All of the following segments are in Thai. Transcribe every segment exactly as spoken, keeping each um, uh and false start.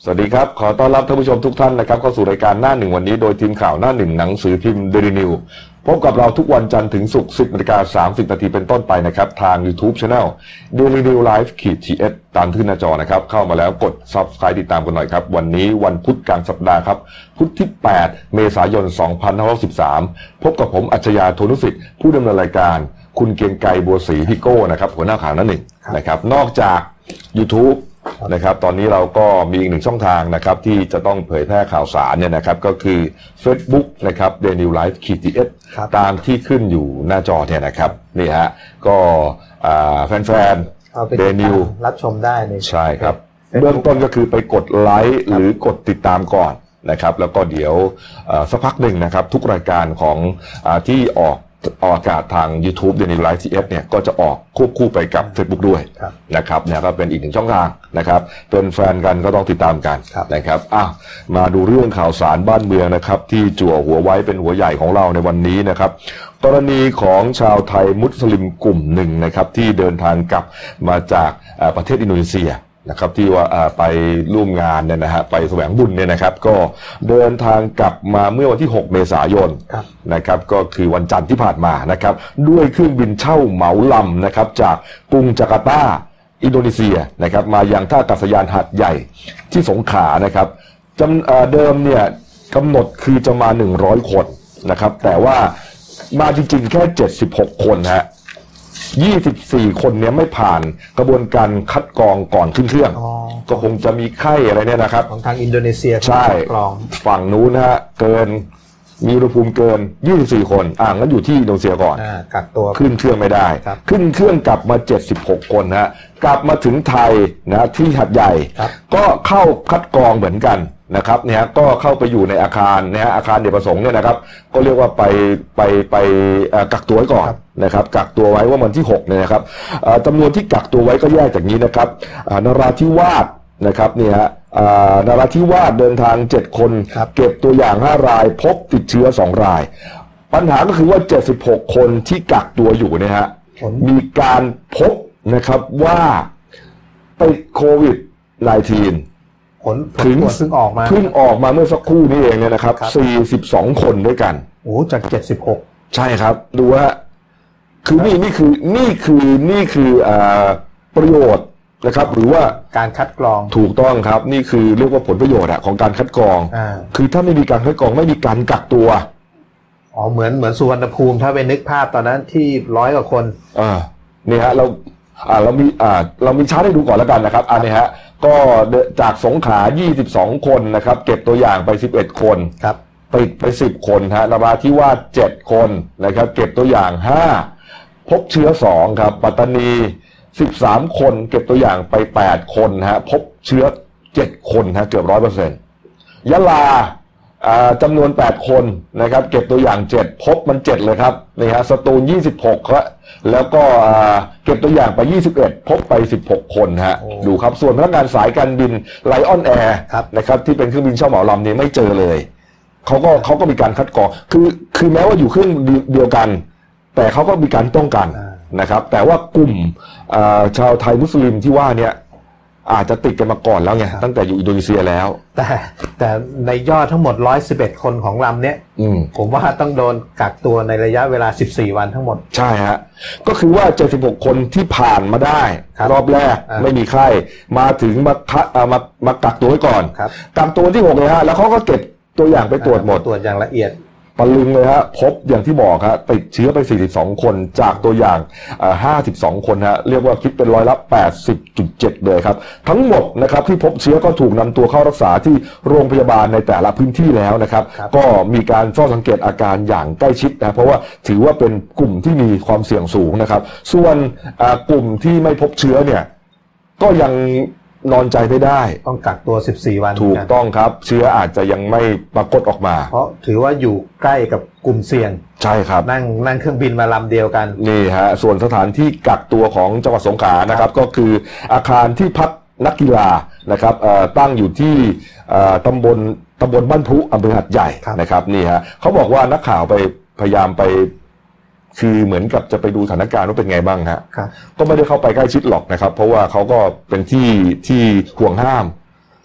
สวัสดีครับขอต้อนรับท่านผู้ชมทุกท่านนะครับเข้าสู่รายการหน้าหนึ่งวันนี้โดยทีมข่าวหน้าหนึ่งหนังสือพิมพ์ Daily News พบกับเราทุกวันจันทร์ถึงศุกร์ สิบนาฬิกาสามสิบนาทีเป็นต้นไปนะครับทาง YouTube Channel Daily News Live ขีด ที เอส ตามขึ้นหน้าจอนะครับเข้ามาแล้วกด Subscribe ติดตามกันหน่อยครับวันนี้วันพุธกลางสัปดาห์ครับพุธที่แปดเมษายนสองพันห้าร้อยสิบสามพบกับผมอัจฉริยะ โทนุสิทธิ์ผู้ดำเนินรายการคุณเกรียงไกรบัวศรีพี่โก้นะครับหัวหน้าข่าวหน้าหนึ่งนะครับนอกจาก YouTubeนะครับตอนนี้เราก็มีอีกหนึ่งช่องทางนะครับที่จะต้องเผยแพร่ข่าวสารเนี่ยนะครับก็คือ Facebook นะครับ Daily News Live ขีด ที เอส ตามที่ขึ้นอยู่หน้าจอเนี่ยนะครับนี่ฮะก็แฟนๆ Daily News รับชมได้ในใช่ครับเบื้องต้นก็คือไปกดไลค์หรือกดติดตามก่อนนะครับแล้วก็เดี๋ยวสักพักหนึ่งนะครับทุกรายการของที่ออกออกอากาศทาง YouTube Daily News Live ที เอส เนี่ยก็จะออกควบคู่ไปกับ Facebook ด้วยนะครับเนี่ยก็เป็นอีกหนึ่งช่องทางนะครับเป็นแฟนกันก็ต้องติดตามกันนะครับอ่ะมาดูเรื่องข่าวสารบ้านเมืองนะครับที่จั่วหัวไว้เป็นหัวใหญ่ของเราในวันนี้นะครับกรณีของชาวไทยมุสลิมกลุ่มหนึ่งนะครับที่เดินทางกลับมาจากประเทศอินโดนีเซียนะครับที่ว่าไปร่วมงานเนี่ยนะฮะไปแสวงบุญเนี่ยนะครับก็เดินทางกลับมาเมื่อวันที่หกเมษายนนะครับก็คือวันจันทร์ที่ผ่านมานะครับด้วยเครื่องบินเช่าเหมาลำนะครับจากกรุงจาการ์ตาอินโดนีเซียนะครับมายังท่าอากาศยานหาดใหญ่ที่สงขลานะครับจำเดิมเนี่ยกำหนดคือจะมาหนึ่งร้อยคนนะครับแต่ว่ามาจริงๆแค่เจ็ดสิบหกคนฮะยี่สิบสี่คนเนี้ยไม่ผ่านกระบวนการคัดกรองก่อนขึ้นเครื่องก็คงจะมีไข้อะไรเนี่ยนะครับของทางอินโดนีเซียใช่ฝั่งนู้นนะฮะเกินมีอุณหภูมิเกินยี่สิบสี่คนอ่างั้นอยู่ที่อินโดนีเซียก่อนกักตัวขึ้นเครื่องไม่ได้ขึ้นเครื่องกลับมาเจ็ดสิบหกคนฮะกลับมาถึงไทยนะที่หาดใหญ่ก็เข้าคัดกรองเหมือนกันนะครับเนี่ยก็เข้าไปอยู่ในอาคารนะฮะอาคารเดชประสงค์เนี่ยนะครับก็เรียกว่าไปไปไปกักตัวไว้ก่อนนะครับกักตัวไว้ว่าวันที่หกเนี่ยนะครับจำนวนที่กักตัวไว้ก็แยกจากนี้นะครับนราธิวาสนะครับเนี่ยฮะนราธิวาสเดินทางเจ็ดคนเก็บตัวอย่างห้ารายพบติดเชื้อสองรายปัญหาก็คือว่าเจ็ดสิบหกคนที่กักตัวอยู่เนี่ยฮะมีการพบนะครับว่าติดโควิดสิบเก้าผลผลตรวจเพิ่งออกมาเพิ่งออกมาเมื่อสักครู่นี้เองเนี่ยนะครับสี่สิบสองคนด้วยกันโอ้จากเจ็ดสิบหกใช่ครับดูว่าคือนี่นี่คือนี่คือนี่คืออ่าประโยชน์นะครับหรือว่าการคัดกรองถูกต้องครับนี่คือเรียกว่าผลประโยชน์อะของการคัดกรองอ่าคือถ้าไม่มีการคัดกรองไม่มีการกักตัวอ๋อเหมือนเหมือนสุวรรณภูมิถ้าไปนึกภาพตอนนั้นที่ร้อยกว่าคนอ่านี่ฮะเราอ่าเรามีอ่าเรามีชาร์ตให้ดูก่อนแล้วกันนะครับอันนี้ฮะก็จากสงขลายี่สิบสองคนนะครับเก็บตัวอย่างไปสิบเอ็ดคนครับติดไปสิบคนฮะนราธิวาสเจ็ดคนนะครับเก็บตัวอย่างห้าพบเชื้อสองครับปัตตานีสิบสามคนเก็บตัวอย่างไปแปดคนฮะพบเชื้อเจ็ดคนฮะเกือบ ร้อยเปอร์เซ็นต์ ยะลาอ่าจำนวนแปดคนนะครับเก็บตัวอย่างเจ็ดพบมันเจ็ดเลยครับนี่ฮะสตูลยี่สิบหกครับแล้วก็เก็บตัวอย่างไปยี่สิบเอ็ดพบไปสิบหกคนฮะดูครับส่วนพนักงานสายการบินไลออนแอร์นะครับที่เป็นเครื่องบินเช่าเหมาลำเนี่ยไม่เจอเลยเขาก็เขาก็มีการคัดกรองคือคือแม้ว่าอยู่เครื่องเดียวกันแต่เขาก็มีการป้องกันนะครับแต่ว่ากลุ่มชาวไทยมุสลิมที่ว่าเนี่ยอาจจะติดกันมาก่อนแล้วไงตั้งแต่อยู่อินโดนีเซียแล้วแต่แต่ในยอดทั้งหมดหนึ่งร้อยสิบเอ็ดคนของลำเนี้ยผมว่าต้องโดนกักตัวในระยะเวลาสิบสี่วันทั้งหมดใช่ฮะก็คือว่าเจ็ดสิบหกคนที่ผ่านมาได้ร, รอบแรกไม่มีไข้มาถึงมามามากักตัวไว้ก่อนกักตัวที่หกเลยฮะแล้วเขาก็เก็บตัวอย่างไปตรวจหมดตรวจอย่างละเอียดปลึงเลยฮะพบอย่างที่บอกครับติดเชื้อไปสี่สิบสองคนจากตัวอย่างห้าสิบสองคนฮะเรียกว่าคิดเป็นร้อยละ แปดสิบจุดเจ็ด เลยครับทั้งหมดนะครับที่พบเชื้อก็ถูกนำตัวเข้ารักษาที่โรงพยาบาลในแต่ละพื้นที่แล้วนะครับก็มีการเฝ้าสังเกตอาการอย่างใกล้ชิดนะเพราะว่าถือว่าเป็นกลุ่มที่มีความเสี่ยงสูงนะครับส่วนกลุ่มที่ไม่พบเชื้อเนี่ยก็ยังนอนใจไม่ได้ต้องกักตัวสิบสี่วันถูกต้องครับเชื้ออาจจะยังไม่ปรากฏออกมาเพราะถือว่าอยู่ใกล้กับกลุ่มเสี่ยงใช่ครับนั่งนั่งเครื่องบินมาลำเดียวกันนี่ฮะส่วนสถานที่กักตัวของจังหวัดสงขลานะครับก็คืออาคารที่พักนักกีฬานะครับตั้งอยู่ที่ตำบลตำบลบ้านพลุอำเภอหาดใหญ่นะครับนี่ฮะเขาบอกว่านักข่าวไปพยายามไปคือเหมือนกับจะไปดูสถานการณ์ว่าเป็นไงบ้างฮะก็ไม่ได้เข้าไปใกล้ชิดหรอกนะครับเพราะว่าเขาก็เป็นที่ที่ห่วงห้าม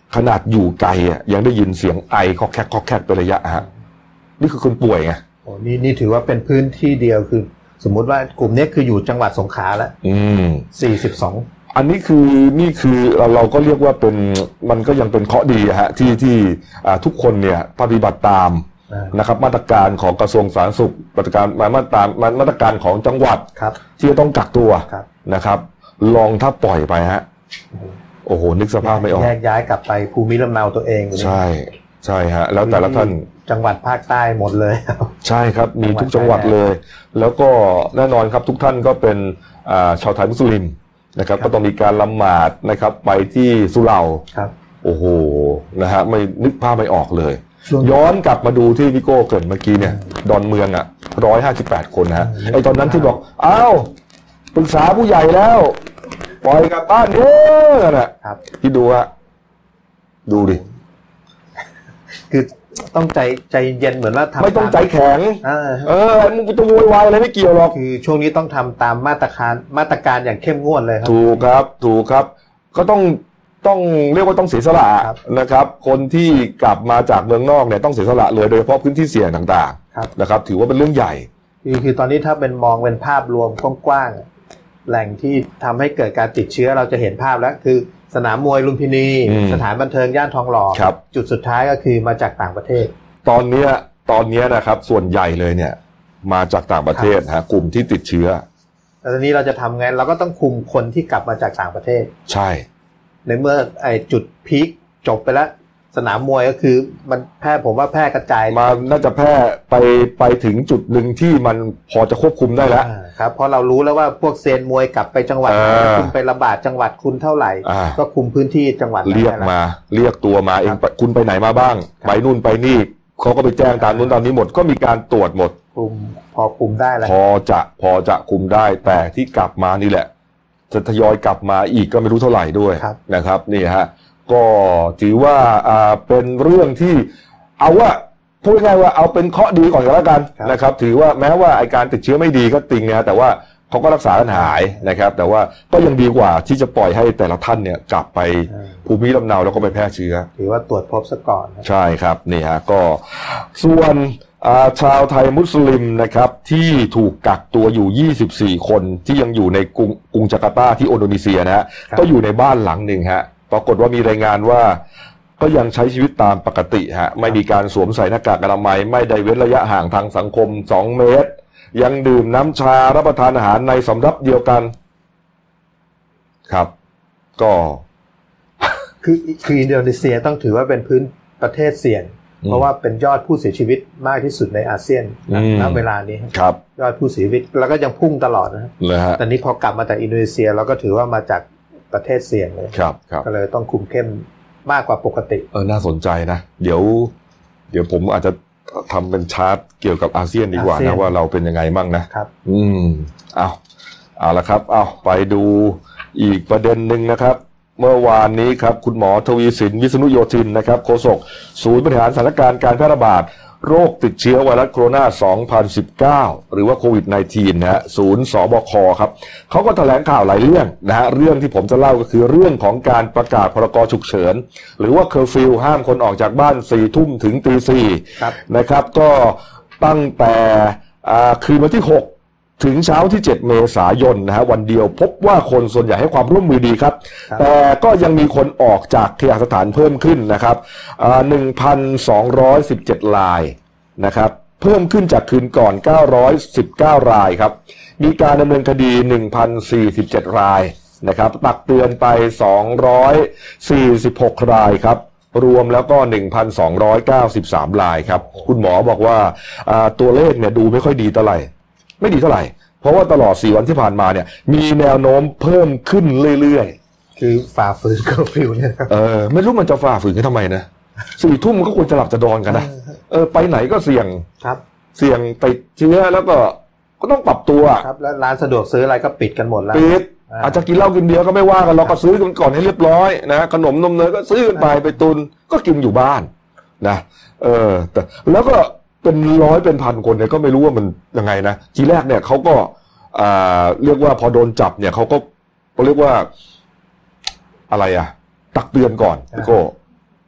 ขนาดอยู่ไกลอ่ะยังได้ยินเสียงไอคอกแคกคอกแคกเป็นระยะฮะนี่คือคนป่วยไงโอ้นี่นี่ถือว่าเป็นพื้นที่เดียวคือสมมุติว่ากลุ่มนี้คืออยู่จังหวัดสงขลาแล้วอืมสี่สิบสองอันนี้คือนี่คือเราเราก็เรียกว่าเป็นมันก็ยังเป็นเคราะห์ดีฮะที่ที่ทุกคนเนี่ยปฏิบัติตามนะครับมาตรการของกระทรวงสาธารณสุขมาตรการมาตรการมาตรการของจังหวัดที่จะต้องกักตัวนะครับลองถ้าปล่อยไปฮะโอ้โหนึกสภาพไม่ออกแยกย้ายกลับไปภูมิลำเนาตัวเองใช่ใช่ฮะแล้วแต่ละท่านจังหวัดภาคใต้หมดเลยใช่ครับมีทุกจังหวัดเลยแล้วก็แน่นอนครับทุกท่านก็เป็นชาวไทยมุสลิมนะครับก็ต้องมีการละหมาดนะครับไปที่สุเหร่าโอ้โหนะฮะไม่นึกภาพไม่ออกเลยย้อนกลับมาดูที่พี่โก้เกิดเมื่อกี้เนี่ยดอนเมืองอ่ะร้อยห้าสิบแปดคนนะฮะไอตอนนั้นที่บอกอ้าวปรึกษาผู้ใหญ่แล้วปล่อยกลับบ้านเถอะน่ะที่ดูอะดูดิคือต้องใจใจเย็นเหมือนว่าทำไม่ต้องใจแข็งเออมึงจะโวยวายอะไรไม่เกี่ยวหรอกคือช่วงนี้ต้องทำตามมาตรการมาตรการอย่างเข้มงวดเลยครับถูกครับถูกครับก็ต้องต้องเรียกว่าต้องเสียสละนะครับคนที่กลับมาจากเมืองนอกเนี่ยต้องเสียสละเลยโดยเฉพาะพื้นที่เสี่ยงต่างๆนะครับถือว่าเป็นเรื่องใหญ่คือคือตอนนี้ถ้าเป็นมองเป็นภาพรวมกว้างๆแหล่งที่ทำให้เกิดการติดเชื้อเราจะเห็นภาพแล้วคือสนามมวยลุมพินีสถานบันเทิงย่านทองหล่อจุดสุดท้ายก็คือมาจากต่างประเทศตอนนี้ตอนนี้นะครับส่วนใหญ่เลยเนี่ยมาจากต่างประเทศฮะกลุ่มที่ติดเชื้อแต่ตอนนี้เราจะทำไงเราก็ต้องคุมคนที่กลับมาจากต่างประเทศใช่ในเมื่อไอ้จุดพีคจบไปแล้วสนามมวยก็คือมันแพร่ผมว่าแพร่กระจายมาน่าจะแพร่ไปไปถึงจุดหนึ่งที่มันพอจะควบคุมได้แล้วครับเพราะเรารู้แล้วว่าพวกเซียนมวยกลับไปจังหวัดไหนคุณไประบาดจังหวัดคุณเท่าไหร่ก็คุมพื้นที่จังหวัดเรียกมาเรียกตัวมาเองคุณไปไหนมาบ้างไปนู่นไปนี่เขาก็ไปแจ้งตามนู้นตามนี้หมดก็มีการตรวจหมดคุมพอคุมได้แล้วพอจะพอจะคุมได้แต่ที่กลับมานี่แหละจะทยอยกลับมาอีกก็ไม่รู้เท่าไหร่ด้วยนะครับนี่ฮะก็ถือว่าอ่าเป็นเรื่องที่เอาว่าพูดง่ายว่าเอาเป็นเคราะห์ดีก่อนก็แล้วกันนะครับถือว่าแม้ว่าไอ้การติดเชื้อไม่ดีก็จริงนะแต่ว่าเขาก็รักษากันหายนะครับแต่ว่าก็ยังดีกว่าที่จะปล่อยให้แต่ละท่านเนี่ยกลับไปภูมิลำเนาแล้วก็ไปแพร่เชื้อถือว่าตรวจพบซะก่อนใช่ครับนี่ฮะก็ส่วนชาวไทยมุสลิมนะครับที่ถูกกักตัวอยู่ยี่สิบสี่คนที่ยังอยู่ในกรุงกรุงจาการ์ตาที่อินโดนีเซียนะฮะก็อยู่ในบ้านหลังหนึ่งฮะปรากฏว่ามีรายงานว่าก็ยังใช้ชีวิตตามปกติฮะไม่มีการสวมใส่หน้ากากอนามัยไม่ได้เว้นระยะห่างทางสังคมสองเมตรยังดื่มน้ำชารับประทานอาหารในสำรับเดียวกันครับก็คือคืออินโดนีเซียต้องถือว่าเป็นพื้นประเทศเสี่ยงเพราะว่าเป็นยอดผู้เสียชีวิตมากที่สุดในอาเซียนณเวลานี้ครับยอดผู้เสียชีวิตแล้วก็ยังพุ่งตลอดนะแต่นี้พอกลับมาจากอินโดนีเซียเราก็ถือว่ามาจากประเทศเสี่ยงเลยครับก็เลยต้องคุมเข้มมากกว่าปกติเออน่าสนใจนะเดี๋ยวเดี๋ยวผมอาจจะทำเป็นชาร์ตเกี่ยวกับอาเซียนดีกว่านะว่าเราเป็นยังไงบ้างนะครับอืมเอาเอาละครับเอาไปดูอีกประเด็นหนึ่งนะครับเมื่อวานนี้ครับคุณหมอทวีสินวิษณุโยธินนะครับโฆษกศูนย์บริหารสถานการณ์การแพร่ระบาดโรคติดเชื้อไวรัสโคโรนาสองพันสิบเก้าหรือว่าโควิด สิบเก้า นะฮะศูนย์สบคครับเขาก็แถลงข่าวหลายเรื่องนะฮะเรื่องที่ผมจะเล่าก็คือเรื่องของการประกาศพรกฉุกเฉินหรือว่าเคอร์ฟิวห้ามคนออกจากบ้านสี่ทุ่มถึงตีสี่นะครับก็ตั้งแต่คืนวันที่หกถึงเช้าที่เจ็ดเมษายนนะฮะวันเดียวพบว่าคนส่วนใหญ่ให้ความร่วมมือดีครับแต่ก็ยังมีคนออกจากเคหสถานเพิ่มขึ้นนะครับ หนึ่งพันสองร้อยสิบเจ็ด รายนะครับเพิ่มขึ้นจากคืนก่อนเก้าร้อยสิบเก้ารายครับมีการดำเนินคดี หนึ่งพันสี่สิบเจ็ด รายนะครับตักเตือนไปสองร้อยสี่สิบหกรายครับรวมแล้วก็ หนึ่งพันสองร้อยเก้าสิบสาม รายครับคุณหมอบอกว่าตัวเลขเนี่ยดูไม่ค่อยดีเท่าไหร่ไม่ดีเท่าไหร่เพราะว่าตลอดสี่วันที่ผ่านมาเนี่ยมีแนวโน้มเพิ่มขึ้นเรื่อยๆคือฝ่าฝืนเคอร์ฟิวเนี่ยเออไม่รู้มันจะฝ่าฝืนกันทำไมนะสี่ทุ่มมันก็ควรจะหลับจะนอนกันนะเออไปไหนก็เสี่ยงครับเสี่ยงติดเชื้อแล้วก็ก็ต้องปรับตัวครับแล้วร้านสะดวกซื้ออะไรก็ปิดกันหมดแล้วปิดอาจจะกินเหล้ากินเบียร์ก็ไม่ว่ากันเราก็ซื้อกันก่อนให้เรียบร้อยนะขนมนมเนยก็ซื้อกันไปไปตุนก็กินอยู่บ้านนะเออแต่แล้วก็เป็นร้อยเป็นพันคนเนี่ยก็ไม่รู้ว่ามันยังไงนะทีแรกเนี่ยเขาก็อ่าเรียกว่าพอโดนจับเนี่ยเขาก็เขาเรียกว่าอะไรอ่ะตักเตือนก่อนพี่โก้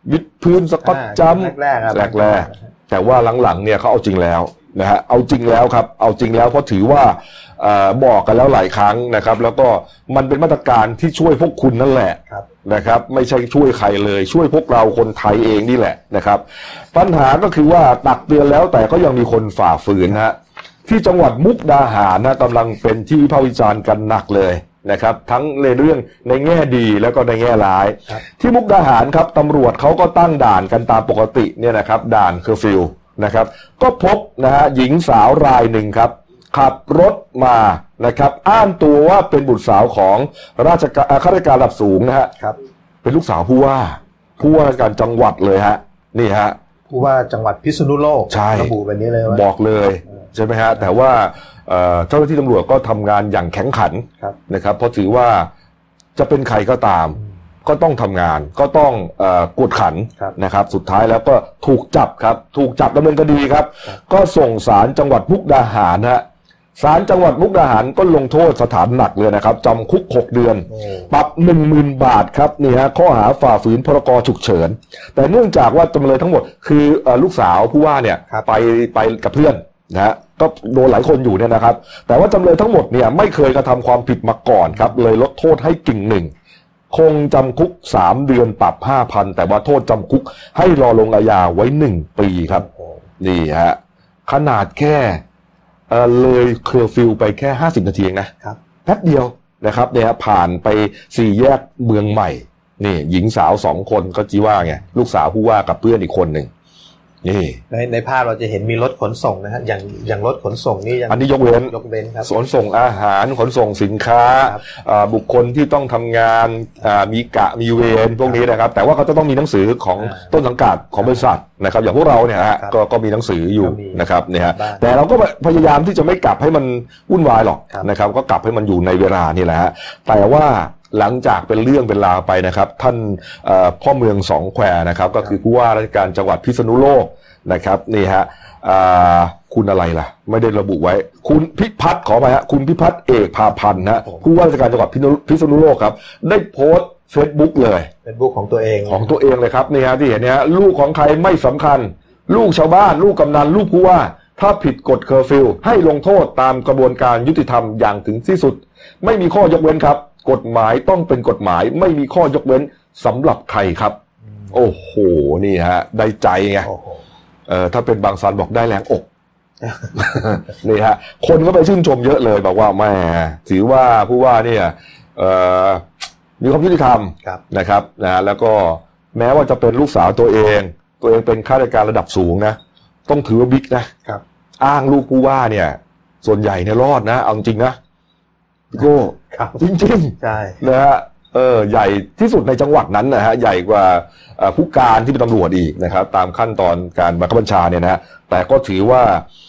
วิดพื้นสกอตจัมป์แรกๆแรกๆแต่ว่าหลังๆเนี่ยเขาเอาจริงแล้วนะฮะเอาจริงแล้วครับเอาจริงแล้วเพราะถือว่าบอกกันแล้วหลายครั้งนะครับแล้วก็มันเป็นมาตรการที่ช่วยพวกคุณนั่นแหละนะครับไม่ใช่ช่วยใครเลยช่วยพวกเราคนไทยเองนี่แหละนะครับปัญหาก็คือว่าตักเตือนแล้วแต่ก็ยังมีคนฝ่าฝืนฮะที่จังหวัดมุกดาหารนะกำลังเป็นที่วิพากษ์วิจารณ์กันหนักเลยนะครับทั้งในเรื่องในแง่ดีแล้วก็ในแง่ร้ายที่มุกดาหารครับตำรวจเขาก็ตั้งด่านกันตามปกติเนี่ยนะครับด่านเคอร์ฟิวนะครับก็พบนะฮะหญิงสาวรายหนึ่งครับขับรถมานะครับอ้างตัวว่าเป็นบุตรสาวของราชการข้าราชการระดับสูงนะฮะเป็นลูกสาวผู้ว่าผู้ว่าราชการจังหวัดเลยฮะนี่ฮะผู้ว่าจังหวัดพิษณุโลกระบุแบบนี้เลยบอกเลยใช่ไหมฮะแต่ว่าเจ้าหน้าที่ตำรวจก็ทำงานอย่างแข็งขันนะครับเพราะถือว่าจะเป็นใครก็ตามก็ต้องทำงานก็ต้องกวดขันนะครับสุดท้ายแล้วก็ถูกจับครับถูกจับดำเนินคดีครับก็ส่งศาลจังหวัดมุกดาหารฮะศาลจังหวัดมุกดาหารก็ลงโทษสถานหนักเลยนะครับจำคุกหกเดือนปรับ หนึ่งหมื่น บาทครับนี่ฮะข้อหาฝ่าฝืนพรกฉุกเฉินแต่เนื่องจากว่าจำเลยทั้งหมดคือลูกสาวผู้ว่าเนี่ยไปไปกับเพื่อนนะฮะก็โดนหลายคนอยู่เนี่ยนะครับแต่ว่าจำเลยทั้งหมดเนี่ยไม่เคยกระทำความผิดมาก่อนครับเลยลดโทษให้กึ่งหนึ่งคงจำคุกสามเดือนปรับ ห้าพัน แต่ว่าโทษจำคุกให้รอลงอาญาไว้หนึ่งปีครับนี่ฮะขนาดแค่เอ่อเลยเคอร์ฟิวไปแค่ห้าสิบนาทีเองนะครับแป๊บเดียวนะครับเนี่ยผ่านไปสี่แยกเมืองใหม่นี่หญิงสาวสองคนก็จีว่าไงลูกสาวผู้ว่ากับเพื่อนอีกคนหนึ่งนี่ในในภาพเราจะเห็นมีรถขนส่งนะฮะอย่างอย่างรถขนส่งนี่ยังอันนี้ยกเว้นยกเว้นครับขนส่งอาหารขนส่งสินค้าบุคคลที่ต้องทำงานมีกะมีเวรพวกนี้นะครับแต่ว่าเขาจะต้องมีหนังสือของต้นสังกัดของบริษัทนะครับอย่างพวกเราเนี่ยฮะก็ก็มีหนังสืออยู่นะครับเนี่ยฮะแต่เราก็พยายามที่จะไม่กลับให้มันวุ่นวายหรอกนะครับก็กลับให้มันอยู่ในเวลานี่แหละฮะแต่ว่าหลังจากเป็นเรื่องเป็นราวไปนะครับท่านพ่อเมืองสองแควนะครับก็คือผู้ว่าราชการจังหวัดพิษณุโลกนะครับนี่ฮะคุณอะไรล่ะไม่ได้ระบุไว้คุณพิพัฒน์ขอไปฮะคุณพิพัฒน์เอกพาพันธ์นะผู้ว่าราชการจังหวัดพิษณุโลกครับได้โพสต์เฟซบุ๊กเลยเฟซบุ๊กของตัวเองของตัวเองเลยครับนี่ฮะที่เห็นเนี่ยลูกของใครไม่สำคัญลูกชาวบ้านลูกกำนันลูกผู้ว่าถ้าผิดกฎเคอร์ฟิวให้ลงโทษตามกระบวนการยุติธรรมอย่างถึงที่สุดไม่มีข้อยกเว้นครับกฎหมายต้องเป็นกฎหมายไม่มีข้อยกเว้นสำหรับใครครับโอ้โหนี่ฮะได้ใจไงเอ่อถ้าเป็นบางซันบอกได้แรงอกนี่ฮะคนก็ไปชื่นชมเยอะเลยบอกว่าแม่ถือว่าผู้ว่าเนี่ยเอ่อมีความยุติธรรมนะครับนะแล้วก็แม้ว่าจะเป็นลูกสาวตัวเองตัวเองเป็นข้าราชการระดับสูงนะต้องถือว่าบิ๊กนะครับอ้างลูกผู้ว่าเนี่ยส่วนใหญ่เนี่ยรอดนะเอาจริงนะพี่โก้จริงๆใช่นะฮะเออใหญ่ที่สุดในจังหวัดนั้นนะฮะใหญ่กว่าผู้การที่เป็นตำรวจอีกนะครับตามขั้นตอนการบังคับบัญชาเนี่ยนะฮะแต่ก็ถือว่า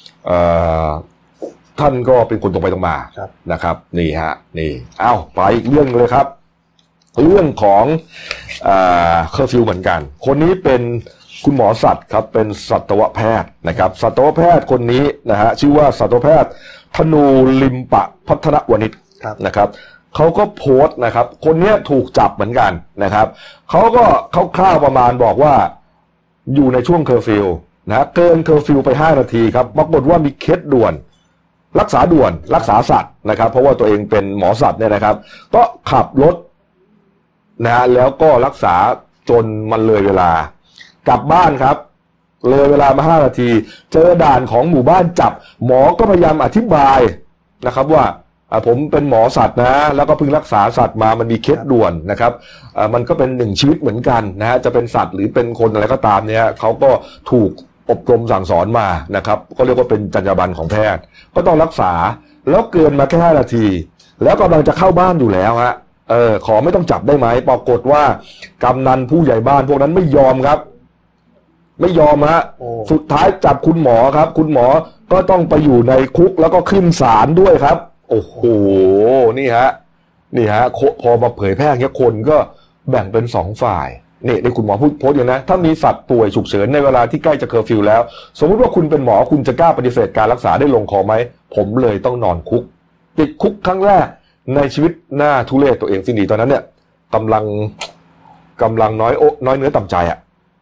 ท่านก็เป็นคนตรงไปตรงมานะครับนี่ฮะนี่เอ้าไปอีกเรื่องเลยครับเรื่องของเคอร์ฟิวเหมือนกันคนนี้เป็นคุณหมอสัตว์ครับเป็นสัตวแพทย์นะครับสัตวแพทย์คนนี้นะฮะชื่อว่าสัตวแพทย์ธนูลิมปะพัฒนวณิชนะครับเขาก็โพสต์นะครับคนนี้ถูกจับเหมือนกันนะครับเขาก็คร่าวๆประมาณบอกว่าอยู่ในช่วงเคอร์ฟิวนะเกินเคอร์ฟิวไปห้านาทีครับปรากฏว่ามีเคสด่วนรักษาด่วนรักษาสัตว์นะครับเพราะว่าตัวเองเป็นหมอสัตว์เนี่ยนะครับก็ขับรถนะฮะแล้วก็รักษาจนมันเลยเวลากลับบ้านครับเลยเวลามาห้านาทีเจอด่านของหมู่บ้านจับหมอก็พยายามอธิบายนะครับว่าผมเป็นหมอสัตว์นะแล้วก็เพิ่งรักษาสัตว์มามันมีเคสด่วนนะครับมันก็เป็นหนึ่งชีวิตเหมือนกันนะฮะจะเป็นสัตว์หรือเป็นคนอะไรก็ตามเนี่ยเขาก็ถูกอบรมสั่งสอนมานะครับก็เรียกว่าเป็นจรรยาบรรณของแพทย์ก็ต้องรักษาแล้วเกินมาแค่ห้านาทีแล้วกำลังจะเข้าบ้านอยู่แล้วฮะเออขอไม่ต้องจับได้ไหมปรากฏว่ากำนันผู้ใหญ่บ้านพวกนั้นไม่ยอมครับไม่ยอมฮะสุดท้ายจับคุณหมอครับคุณหมอก็ต้องไปอยู่ในคุกแล้วก็ขึ้นศาลด้วยครับโอ้โหนี่ฮะนี่ฮะพอมาเผยแพร่อย่างนี้คนก็แบ่งเป็นสองฝ่ายนี่ในคุณหมอพูดโพสต์อย่างนะถ้ามีสัตว์ป่วยฉุกเฉินในเวลาที่ใกล้จะเคอร์ฟิวแล้วสมมติว่าคุณเป็นหมอคุณจะกล้าปฏิเสธการรักษาได้ลงคอไหมผมเลยต้องนอนคุกติดคุกครั้งแรกในชีวิตหน้าทุเรศตัวเองสิหนีตอนนั้นเนี่ยกำลังกำลังน้อยน้อยเนื้อต่ำใจอ่ะ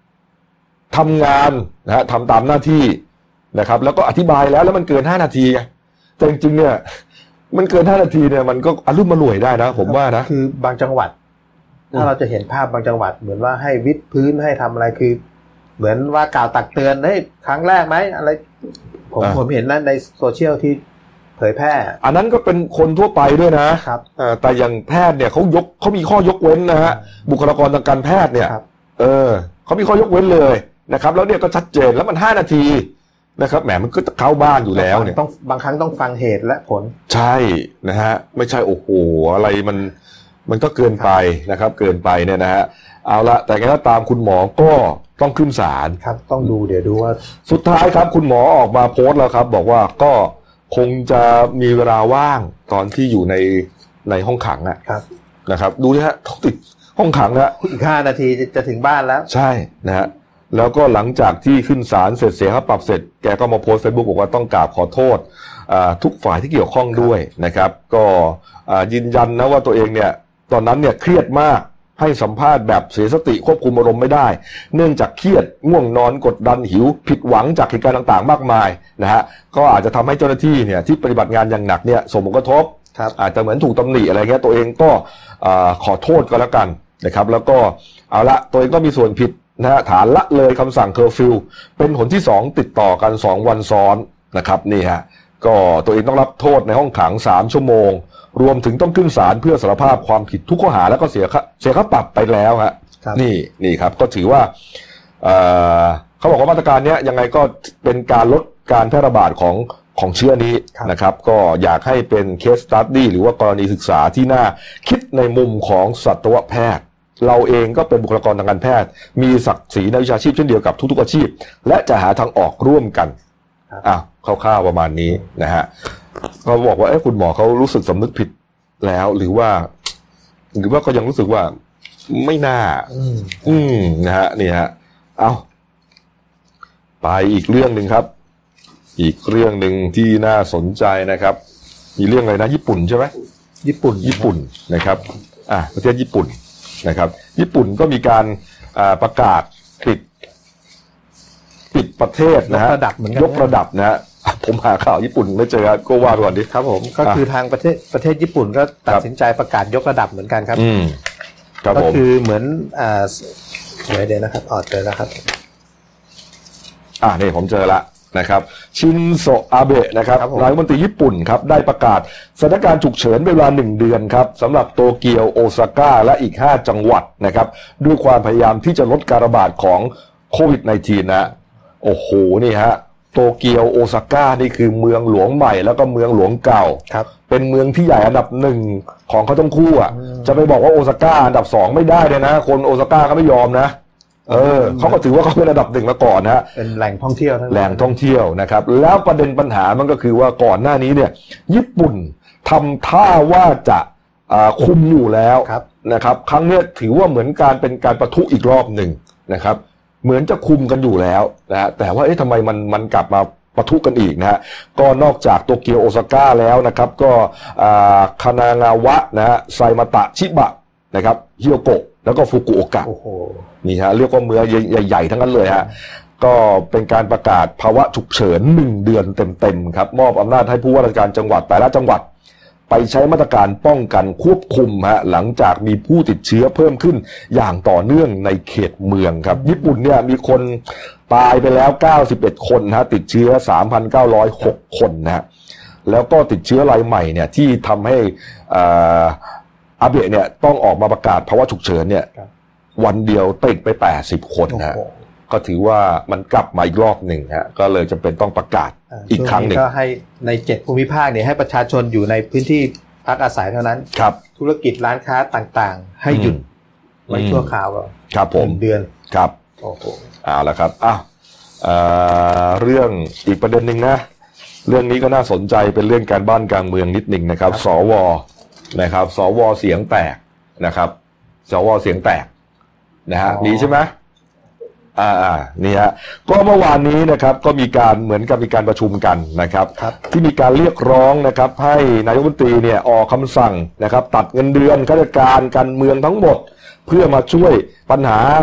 ทำงานนะฮะทำตามหน้าที่นะครับแล้วก็อธิบายแล้วแล้วมันเกินห้านาทีไงแต่จริงๆเนี่ยมันเกินห้านาทีเนี่ยมันก็อารมณ์มาหน่วยได้นะผมว่านะคือบางจังหวัดถ้าเราจะเห็นภาพบางจังหวัดเหมือนว่าให้วิดพื้นให้ทำอะไรคือเหมือนว่ากล่าวตักเตือนเฮ้ยครั้งแรกไหมอะไรผมผมเห็นแล้วในโซเชียลที่เผยแพร่อันนั้นก็เป็นคนทั่วไปด้วยนะครับแต่อย่างแพทย์เนี่ยเขายกเขามีข้อยกเว้นนะฮะบุคลากรทางการแพทย์เนี่ยเออเขามีข้อยกเว้นเลยนะครับแล้วเนี่ยก็ชัดเจนแล้วมันห้านาทีนะครับแหมมันก็เข้าบ้านอยู่แล้วเนี่ยต้องบางครั้งต้องฟังเหตุและผลใช่นะฮะไม่ใช่โอ้โหอะไรมันมันก็เกินไปนะครับเกินไปเนี่ยนะฮะเอาละแต่ก็ตามคุณหมอก็ต้องขึ้นศาลครับต้องดูเดี๋ยวดูว่าสุดท้ายครับคุณหมอออกมาโพสต์แล้วครับบอกว่าก็คงจะมีเวลาว่างตอนที่อยู่ในในห้องขังอะนะครับดูนะฮะติดห้องขังนะอีกห้านาทีจะถึงบ้านแล้วใช่นะฮะแล้วก็หลังจากที่ขึ้นศาลเสร็จเสียค่าปรับเสร็จแกก็มาโพสต์ Facebook บอกว่าต้องกราบขอโทษทุกฝ่ายที่เกี่ยวข้องด้วยนะครับก็ยืนยันนะว่าตัวเองเนี่ยตอนนั้นเนี่ยเครียดมากให้สัมภาษณ์แบบเสียสติควบคุมอารมณ์ไม่ได้เนื่องจากเครียดง่วงนอนกดดันหิวผิดหวังจากเหตุการณ์ต่างๆมากมายนะฮะก็อาจจะทำให้เจ้าหน้าที่เนี่ยที่ปฏิบัติงานอย่างหนักเนี่ยส่งผลกระทบอาจจะเหมือนถูกตำหนิอะไรเงี้ยตัวเองก็ขอโทษก็แล้วกันนะครับแล้วก็เอาละตัวเองก็มีส่วนผิดนะฮะฐานละเลยคำสั่งเคอร์ฟิวเป็นหนที่สองติดต่อกันสองวันซ้อนนะครับนี่ฮะก็ตัวเองต้องรับโทษในห้องขังสามชั่วโมงรวมถึงต้องขึ้นศาลเพื่อสารภาพความผิดทุกข้อหาแล้วก็เสียค่าเสียค่าปรับไปแล้วฮะนี่นี่ครับก็ถือว่าเอ่อเขาบอกว่ามาตรการนี้ยังไงก็เป็นการลดการแพร่ระบาดของของเชื้อนี้นะครับก็อยากให้เป็นเคสสตั๊ดดี้หรือว่ากรณีศึกษาที่น่าคิดในมุมของสัตวแพทย์เราเองก็เป็นบุคลากรทางการแพทย์มีศักดิ์ศรีในวิชาชีพเช่นเดียวกับทุกๆอาชีพและจะหาทางออกร่วมกันอ่ะคร่าวๆประมาณนี้นะฮะเขาบอกว่าเอ้คุณหมอเขารู้สึกสำนึกผิดแล้วหรือว่าหรือว่าก็ยังรู้สึกว่าไม่น่าอืมนะฮะนี่ฮะเอาไปอีกเรื่องนึงครับอีกเรื่องนึงที่น่าสนใจนะครับมีเรื่องอะไรนะญี่ปุ่นใช่ไหมญี่ปุ่นญี่ปุ่นนะครับอ่ะประเทศญี่ปุ่นนะครับญี่ปุ่นก็มีการประกาศปิดปิดประเทศนะฮะยกระดับนะฮะผมหาข่าวญี่ปุ่นไม่เจอก็ว่าก่อนดิครับผมก็คือทางประเทศประเทศญี่ปุ่นก็ตัดสินใจประกาศยกระดับเหมือนกันครับก็คือเหมือนอ่าเดี๋ยวเดี๋ยวนะครับออดเจอแล้วครับอ่านี่ผมเจอละนะครับชินโซอาเบะนะครับนายกรัฐมนตรีญี่ปุ่นครับได้ประกาศสถานการณ์ฉุกเฉินเวลาหนึ่งเดือนครับสำหรับโตเกียวโอซาก้าและอีกห้าจังหวัดนะครับด้วยความพยายามที่จะลดการระบาดของโควิด สิบเก้า นะโอ้โหนี่ฮะโตเกียวโอซาก้านี่คือเมืองหลวงใหม่แล้วก็เมืองหลวงเก่าครับเป็นเมืองที่ใหญ่อันดับหนึ่งของเขาทั้งคู่อ่ะจะไปบอกว่าโอซาก้าอันดับสองไม่ได้เลยนะคนโอซาก้าเขาไม่ยอมนะเออเขาก็ถือว่าเขาเป็นระดับหนึ่งมาก่อนนะฮะเป็นแหล่งท่องเที่ยวทั้งแหล่งท่องเที่ยวนะครับแล้วประเด็นปัญหามันก็คือว่าก่อนหน้านี้เนี่ยญี่ปุ่นทำท่าว่าจะคุมอยู่แล้วนะครับครั้งนี้ถือว่าเหมือนการเป็นการปะทุอีกรอบหนึ่งนะครับเหมือนจะคุมกันอยู่แล้วนะฮะแต่ว่าเอ๊ะทำไมมันมันกลับมาปะทุกันอีกนะฮะก็นอกจากโตเกียวโอซาก้าแล้วนะครับก็คานางาวะนะฮะไซมาตะชิบะนะครับฮิโอโกะแล้วก็ฟุกุโอกะนี่ฮะเรียกว่าเมืองใหญ่ๆทั้งนั้นเลยฮะก็เป็นการประกาศภาวะฉุกเฉินหนึ่งเดือนเต็มๆครับมอบอำนาจให้ผู้ว่าราชการจังหวัดแต่ละจังหวัดไปใช้มาตรการป้องกันควบคุมฮะหลังจากมีผู้ติดเชื้อเพิ่มขึ้นอย่างต่อเนื่องในเขตเมืองครับญี่ปุ่นเนี่ยมีคนตายไปแล้วเก้าสิบเอ็ดคนฮะติดเชื้อ สามพันเก้าร้อยหก คนนะฮะแล้วก็ติดเชื้อรายใหม่เนี่ยที่ทำให้อ่าอาเบะเนี่ยต้องออกมาประกาศภาวะฉุกเฉินเนี่ยวันเดียวติดไปแปดสิบคนฮะก็ถือว่ามันกลับมาอีกรอบหนึ่งฮะก็เลยจำเป็นต้องประกาศอีกครั้งหนึ่งก็ให้ในเจ็ดภูมิภาคเนี่ยให้ประชาชนอยู่ในพื้นที่พักอาศัยเท่านั้นครับธุรกิจร้านค้าต่างๆให้หยุดไว้ชั่วคราวครับผมเดือนครับโอ้โหเอาละครับอ่ะเรื่องอีกประเด็นหนึ่งนะเรื่องนี้ก็น่าสนใจเป็นเรื่องการบ้านการเมืองนิดหนึ่งนะครับสวนะครับสวเสียงแตกนะครับสวเสียงแตกนะฮะมีใช่ไหมอ่าอ่านี่ฮะก็เมื่อวานนี้นะครับก็มีการเหมือนกับมีการประชุมกันนะครับที่มีการเรียกร้องนะครับให้นายกรัฐมนตรีเนี่ยออกคำสั่งนะครับตัดเงินเดือนข้าราชการการเมืองทั้งหมดเพื่อมาช่วยปัญหา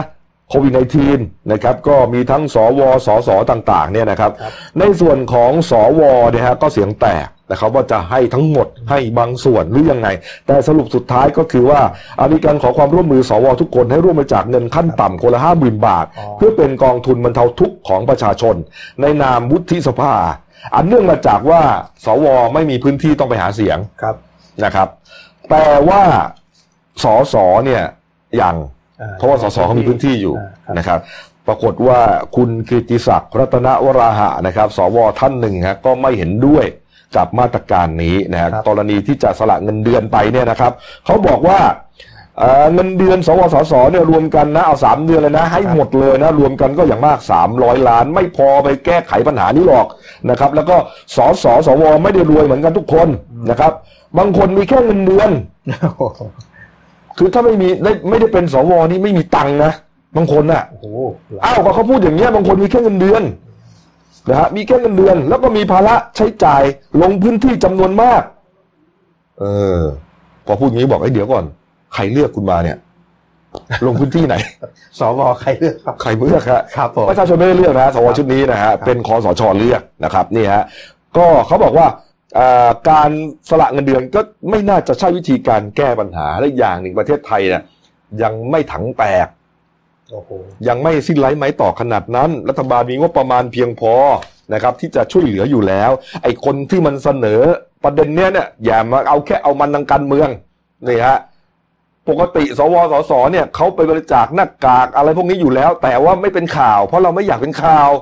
โควิด สิบเก้า นะครับก็มีทั้งสวสสต่างๆเนี่ยนะครับในส่วนของสวเนี่ยฮะก็เสียงแตกนะครับว่าจะให้ทั้งหมดให้บางส่วนหรือยังไงแต่สรุปสุดท้ายก็คือว่ามีการขอความร่วมมือสวทุกคนให้ร่วมบริจาคเงินขั้นต่ำคนละ ห้าหมื่น บาทเพื่อเป็นกองทุนบรรเทาทุกข์ของประชาชนในนามวุฒิสภาอันเนื่องมาจากว่าสวไม่มีพื้นที่ต้องไปหาเสียงนะครับแต่ว่าสสเนี่ยยังเพราะว่าสสเขามีพื้นที่อยู่นะครับปรากฏว่าคุณกิติศักดิ์รัตนวราหะนะครับสวท่านหนึ่งฮะก็ไม่เห็นด้วยกับมาตรการนี้นะฮะกรณีที่จะสละเงินเดือนไปเนี่ยนะครับเขาบอกว่าเงินเดือนสวสสเนี่ยรวมกันนะเอาสามเดือนเลยนะให้หมดเลยนะรวมกันก็อย่างมากสามร้อยล้านไม่พอไปแก้ไขปัญหานี้หรอกนะครับแล้วก็สสสวไม่ได้รวยเหมือนกันทุกคนนะครับบางคนมีแค่เงินเดือนคือถ้าไม่มีได้ไม่ได้เป็นสวนี่ไม่มีตังค์นะบางคนน่ะอ้าวก็เขาพูดอย่างเงี้ยบางคนมีแค่เงินเดือนนะฮะมีแค่เงินเดือนแล้วก็มีภาระใช้จ่ายลงพื้นที่จำนวนมากเออพอพูดงี้บอกไอ้เดี๋ยวก่อนใครเลือกคุณมาเนี่ยลงพื้นที่ไหนสวใครเลือกครับใครเลือกครับประชาชนไม่ได้เลือกนะสวชุดนี้นะฮะเป็นคสช.เลือกนะครับนี่ฮะก็เขาบอกว่าการสละเงินเดือนก็ไม่น่าจะใช่วิธีการแก้ปัญหาและอย่างหนึ่งประเทศไทยเนี่ยยังไม่ถังแตกยังไม่สิ้นไร้ไม้ต่อขนาดนั้นรัฐบาลมีงบประมาณเพียงพอนะครับที่จะช่วยเหลืออยู่แล้วไอ้คนที่มันเสนอประเด็นเนี้ยเนี่ยอย่ามาเอาแค่เอามันทางการเมืองนี่ฮะปกติสวสสเนี่ยเขาไปบริจาคหน้ากากอะไรพวกนี้อยู่แล้วแต่ว่าไม่เป็นข่าวเพราะเราไม่อยากเป็นข่าว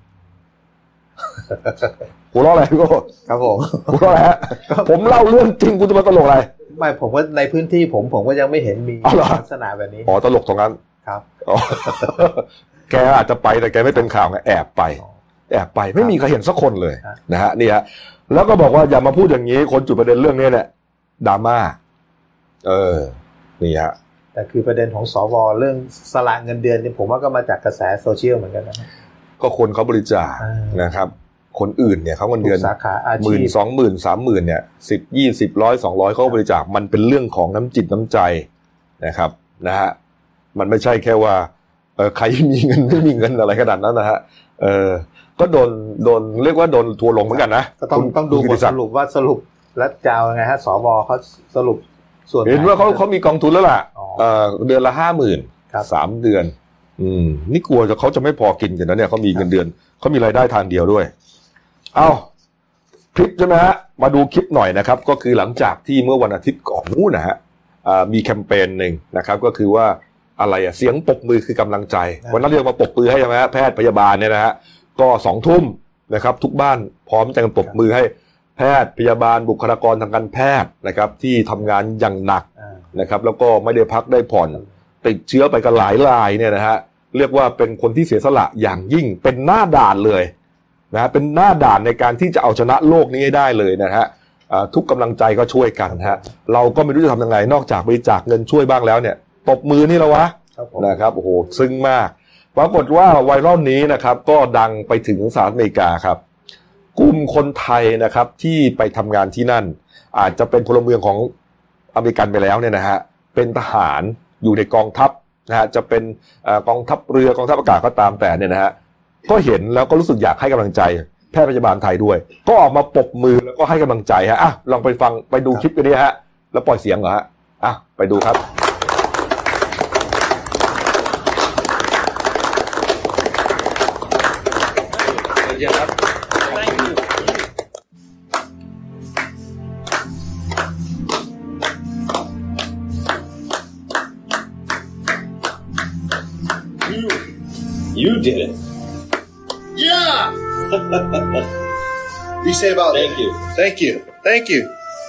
หัวเราะอะไรก็ครับผมหัวเราะอะไรฮะผมเล่าเรื่องจริงคุณจะมาตลกอะไรไม่ผมว่าในพื้นที่ผมผมก็ยังไม่เห็นมีลักษณะแบบนี้อ๋อตลกตรงนั้นครับแกอาจจะไปแต่แกไม่เป็นข่าวไงแอบไปแอบไปไม่มีใครเห็นสักคนเลยนะฮะนี่ฮะแล้วก็บอกว่าอย่ามาพูดอย่างนี้คนจุดประเด็นเรื่องนี้เนี่ยดราม่าเออนี่ฮะแต่คือประเด็นของสวเรื่องสละเงินเดือนนี่ผมว่าก็มาจากกระแสโซเชียลเหมือนกันนะก็คนเขาบริจาคนะครับคนอื่นเนี่ยเขาเงินเดือนหมื่นสองหมื่นสามหมื่นเนี่ยสิบยี่สิบร้อยสองร้อยเขาบริจาคมันเป็นเรื่องของน้ำจิตน้ำใจนะครับนะฮะมันไม่ใช่แค่ว่าเออใครมีเงินไม่มีเงินอะไรขนาดนั้นนะฮะเออก็โดนโดนเรียกว่าโดนทัวร์ลงเหมือนกันนะก็ต้องต้องดูบทสรุปว่าสรุปแล้วจะเอาไงฮะสวเขาสรุปส่วนเห็นว่าเขาเขามีกองทุนแล้วล่ะเออเดือนละห้าหมื่นสามเดือนอืมนี่กลัวจะเขาจะไม่พอกินกันนะเนี่ยเขามีเงินเดือนเขามีรายได้ทางเดียวด้วยเอาคลิปใช่ไหมฮะมาดูคลิปหน่อยนะครับก็คือหลังจากที่เมื่อวันอาทิตย์ก่อนนู้นนะฮะมีแคมเปญหนึ่งนะครับก็คือว่าอะไรอะเสียงปรบมือคือกำลังใจวันนั้นเรียกมาปรบมือให้ใช่ไหมฮะแพทย์พยาบาลเนี่ยนะฮะก็สองทุ่มนะครับทุกบ้านพร้อมใจกันปรบมือให้แพทย์พยาบาลบุคลากรทางการแพทย์นะครับที่ทำงานอย่างหนักนะครับแล้วก็ไม่ได้พักได้ผ่อนติดเชื้อไปกันหลายรายเนี่ยนะฮะเรียกว่าเป็นคนที่เสียสละอย่างยิ่งเป็นหน้าด่านเลยนะเป็นหน้าด่านในการที่จะเอาชนะโลกนี้ให้ได้เลยนะฮะทุกกำลังใจก็ช่วยกันฮะเราก็ไม่รู้จะทำยังไงนอกจากบริจาคเงินช่วยบ้างแล้วเนี่ยตบมือนี่แล้ววะนะครับโอ้โหซึ้งมากปรากฏว่าไวรัลนี้นะครับก็ดังไปถึงสหรัฐอเมริกาครับกลุ่มคนไทยนะครับที่ไปทำงานที่นั่นอาจจะเป็นพลเมืองของอเมริกันไปแล้วเนี่ยนะฮะเป็นทหารอยู่ในกองทัพนะฮะจะเป็นกองทัพเรือกองทัพอากาศก็ตามแต่เนี่ยนะฮะก็เห็นแล้วก็รู้สึกอยากให้กำลังใจแพทย์พยาบาลไทยด้วยก็ออกมาปรบมือแล้วก็ให้กำลังใจฮะอ่ะลองไปฟังไปดูคลิปกันดิฮะแล้วปล่อยเสียงเหรอฮะอ่ะไปดูครับครับ Thank you. You, you did it. Yeah. You say about Thank you. Thank you. Thank you.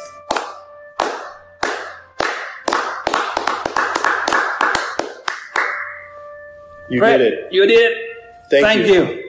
You Fred, did it. You did. Thank, Thank you. you.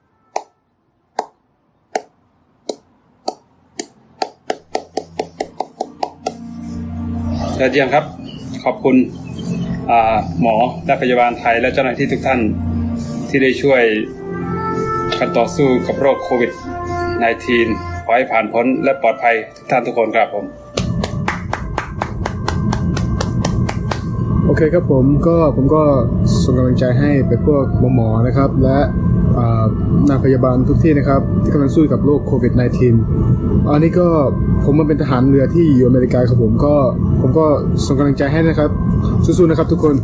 ยอดเยี่ยมครับขอบคุณหมอและพยาบาลไทยและเจ้าหน้าที่ทุกท่านที่ได้ช่วยกันต่อสู้กับโรคโควิด สิบเก้า ขอให้ผ่านพ้นและปลอดภัยทุกท่านทุกคนครับผมโอเคเคครับผมก็ผมก็ส่งกำลังใจให้ไปพวกหมอๆนะครับและนางพยาบาลทุกที่นะครับที่กำลังสู้กับโรคโควิด สิบเก้า อันนี้ก็ผมมาเป็นทหารเรือที่อยู่อเมริกาครับผมก็ผมก็ส่งกำลังใจให้นะครับสู้ๆนะครับทุกคน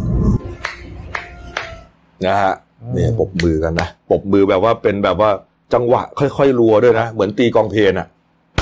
นะฮะเนี่ยปรบมือกันนะปรบมือแบบว่าเป็นแบบว่าจังหวะค่อยๆรัวด้วยนะเหมือนตีกองเพลงอ่ะ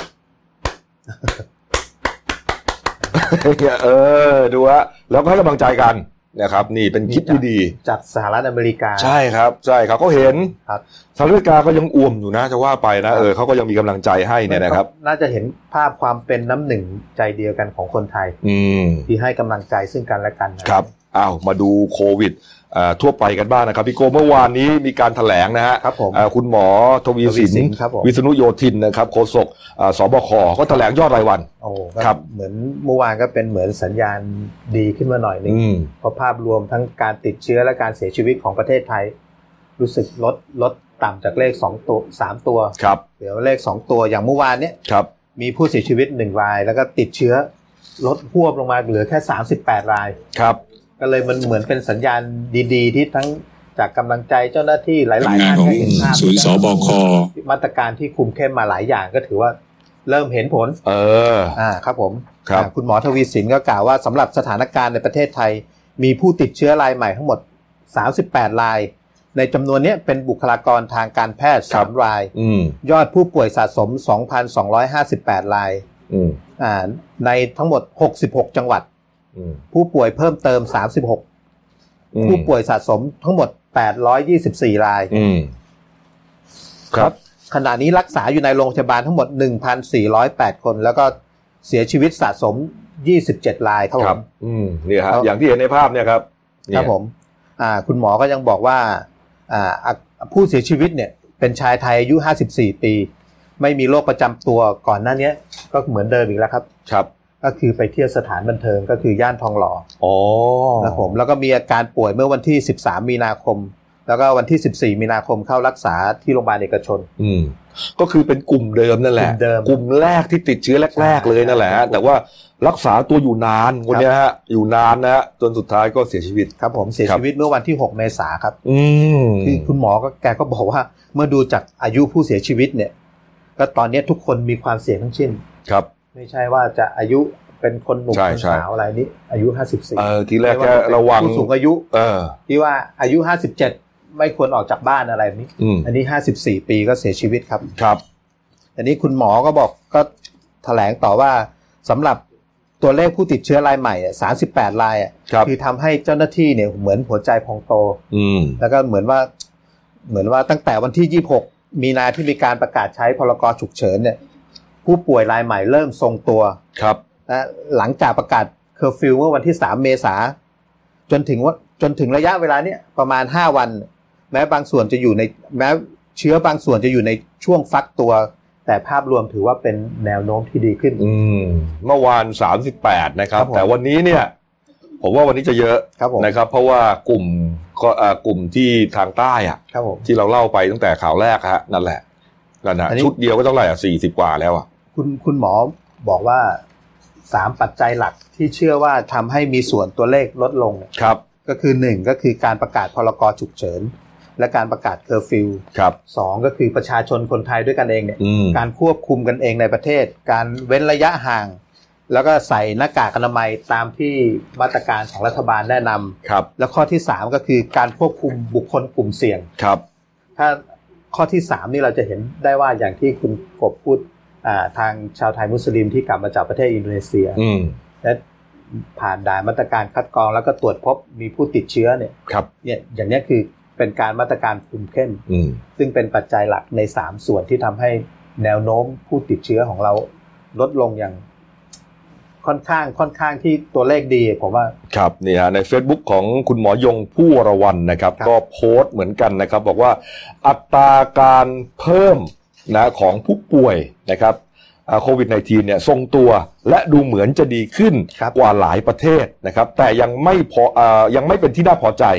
เออดูฮะแล้วก็ให้กำลังใจกันนะครับนี่เป็นคลิปดีๆจากสหรัฐอเมริกาใช่ครับใช่ครับเขาเห็นครับสหรัฐอเมริกาก็ยังอ่วมอยู่นะจะว่าไปนะเออเขาก็ยังมีกำลังใจให้เนี่ยนะครับน่าจะเห็นภาพความเป็นน้ำหนึ่งใจเดียวกันของคนไทยอืมที่ให้กำลังใจซึ่งกันและกันครับอ้าวมาดูโควิดทั่วไปกันบ้างนะครับพี่โกเมื่อวานนี้มีการแถลงนะฮะครับผมคุณหมอทวีสินวิษณุโยธินนะครับโฆษกสบคก็แถลงยอดรายวันโอ้ครับเหมือนเมื่อวานก็เป็นเหมือนสัญญาณดีขึ้นมาหน่อยนึงเพราะภาพรวมทั้งการติดเชื้อและการเสียชีวิตของประเทศไทยรู้สึกลดลดต่ำจากเลขสองตัวสามตัวครับเดี๋ยวเลขสองตัวอย่างเมื่อวานเนี้ยครับมีผู้เสียชีวิตหนึ่งรายแล้วก็ติดเชื้อลดหวบลงมาเหลือแค่สามสิบแปดรายครับก็เลยมันเหมือนเป็นสัญญาณดีๆที่ทั้งจากกำลังใจเจ้าหน้าที่หลายๆท่านก็เห็นภาพศูนย์สบคมาตรการที่คุมเข้มมาหลายอย่างก็ถือว่าเริ่มเห็นผลเอออ่าครับผมครับคุณหมอทวีสินก็กล่าวว่าสำหรับสถานการณ์ในประเทศไทยมีผู้ติดเชื้อรายใหม่ทั้งหมดสามสิบแปดรายในจำนวนนี้เป็นบุคลากรทางการแพทย์สามรายยอดผู้ป่วยสะสม สองพันสองร้อยห้าสิบแปด รายอ่าในทั้งหมดหกสิบหกจังหวัดผู้ป่วยเพิ่มเติมสามสิบหกผู้ป่วยสะสมทั้งหมดแปดร้อยยี่สิบสี่รายครับขณะนี้รักษาอยู่ในโรงพยาบาลทั้งหมด หนึ่งพันสี่ร้อยแปด คนแล้วก็เสียชีวิตสะสมยี่สิบเจ็ดรายครับผมอืมนี่ฮะอย่างที่เห็นในภาพเนี่ยครับครับผมอ่าคุณหมอก็ยังบอกว่าอ่าผู้เสียชีวิตเนี่ยเป็นชายไทยอายุห้าสิบสี่ปีไม่มีโรคประจำตัวก่อนหน้านี้ก็เหมือนเดิมอีกแล้วครับครับก็คือไปเที่ยวสถานบันเทิงก็คือย่านทองหล่ออ๋อนะผมแล้วก็มีอาการป่วยเมื่อวันที่สิบสามมีนาคมแล้วก็วันที่สิบสี่มีนาคมเข้ารักษาที่โรงพยาบาลเอกชนอืมก็คือเป็นกลุ่มเดิมนั่นแหละกลุ่มแรกที่ติดเชื้อแรกๆเลยนั่นแหละแต่ว่ารักษาตัวอยู่นานคนนี้ฮะอยู่นานนะฮะจนสุดท้ายก็เสียชีวิตครับผมเสียชีวิตเมื่อวันที่หกเมษายนครับอืมคือคุณหมอก็แกก็บอกว่าเมื่อดูจากอายุผู้เสียชีวิตเนี่ยก็ตอนนี้ทุกคนมีความเสี่ยงทั้งสิ้นครับไม่ใช่ว่าจะอายุเป็นคนหนุ่มคนสาวอะไรนี้อายุห้าสิบสี่เออทีแรกแค่ระวังผู้สูงอายุเออที่ว่าอายุห้าสิบเจ็ดไม่ควรออกจากบ้านอะไรนี้อันนี้ห้าสิบสี่ปีก็เสียชีวิตครับครับอันนี้คุณหมอก็บอกก็แถลงต่อว่าสำหรับตัวเลขผู้ติดเชื้อรายใหม่สามสิบแปดรายอ่ะคือทำให้เจ้าหน้าที่เนี่ยเหมือนหัวใจพองโตแล้วก็เหมือนว่าเหมือนว่าตั้งแต่วันที่ยี่สิบหกมีนาที่มีการประกาศใช้พรกฉุกเฉินเนี่ยผู้ป่วยรายใหม่เริ่มทรงตัวครับนะหลังจากประกาศเคอร์ฟิวเมื่อวันที่สามเมษายนจนถึงว่าจนถึงระยะเวลาเนี้ยประมาณห้าวันแม้บางส่วนจะอยู่ในแม้เชื้อบางส่วนจะอยู่ในช่วงฟักตัวแต่ภาพรวมถือว่าเป็นแนวโน้มที่ดีขึ้นอืมเมื่อวานสามสิบแปดนะครับแต่วันนี้เนี่ยผมว่าวันนี้จะเยอะนะครับเพราะว่ากลุ่มก็กลุ่มที่ทางใต้อ่ะที่เราเล่าไปตั้งแต่ข่าวแรกฮะนั่นแหละนั่นนะชุดเดียวก็ต้องเท่าไหร่อ่ะสี่สิบกว่าแล้วอ่ะคุณคุณหมอบอกว่าสามปัจจัยหลักที่เชื่อว่าทำให้มีส่วนตัวเลขลดลงครับก็คือหนึ่งก็คือการประกาศพรกฉุกเฉินและการประกาศเคอร์ฟิวครับสองก็คือประชาชนคนไทยด้วยกันเองเนี่ยการควบคุมกันเองในประเทศการเว้นระยะห่างแล้วก็ใส่หน้ากากอนามัยตามที่มาตรการของรัฐบาลแนะนำครับแล้วข้อที่สามก็คือการควบคุมบุคคลกลุ่มเสี่ยงครับถ้าข้อที่สามนี่เราจะเห็นได้ว่าอย่างที่คุณกบพูดทางชาวไทยมุสลิมที่กลับมาจากประเทศอินโดนีเซียและผ่านด่านมาตรการคัดกรองแล้วก็ตรวจพบมีผู้ติดเชื้อเนี่ยเนี่ยอย่างนี้คือเป็นการมาตรการคุมเข้มซึ่งเป็นปัจจัยหลักในสามส่วนที่ทำให้แนวโน้มผู้ติดเชื้อของเราลดลงอย่างค่อนข้างค่อนข้างที่ตัวเลขดีผมว่าครับเนี่ยใน Facebook ของคุณหมอยงผู้วรวรรณนะครับก็โพสต์เหมือนกันนะครับบอกว่าอัตราการเพิ่มนะของผู้ป่วยนะครับโควิด สิบเก้า เนี่ยทรงตัวและดูเหมือนจะดีขึ้นกว่าหลายประเทศนะครับแต่ยังไม่พอเอ่อยังไม่เป็นที่น่าพอใจ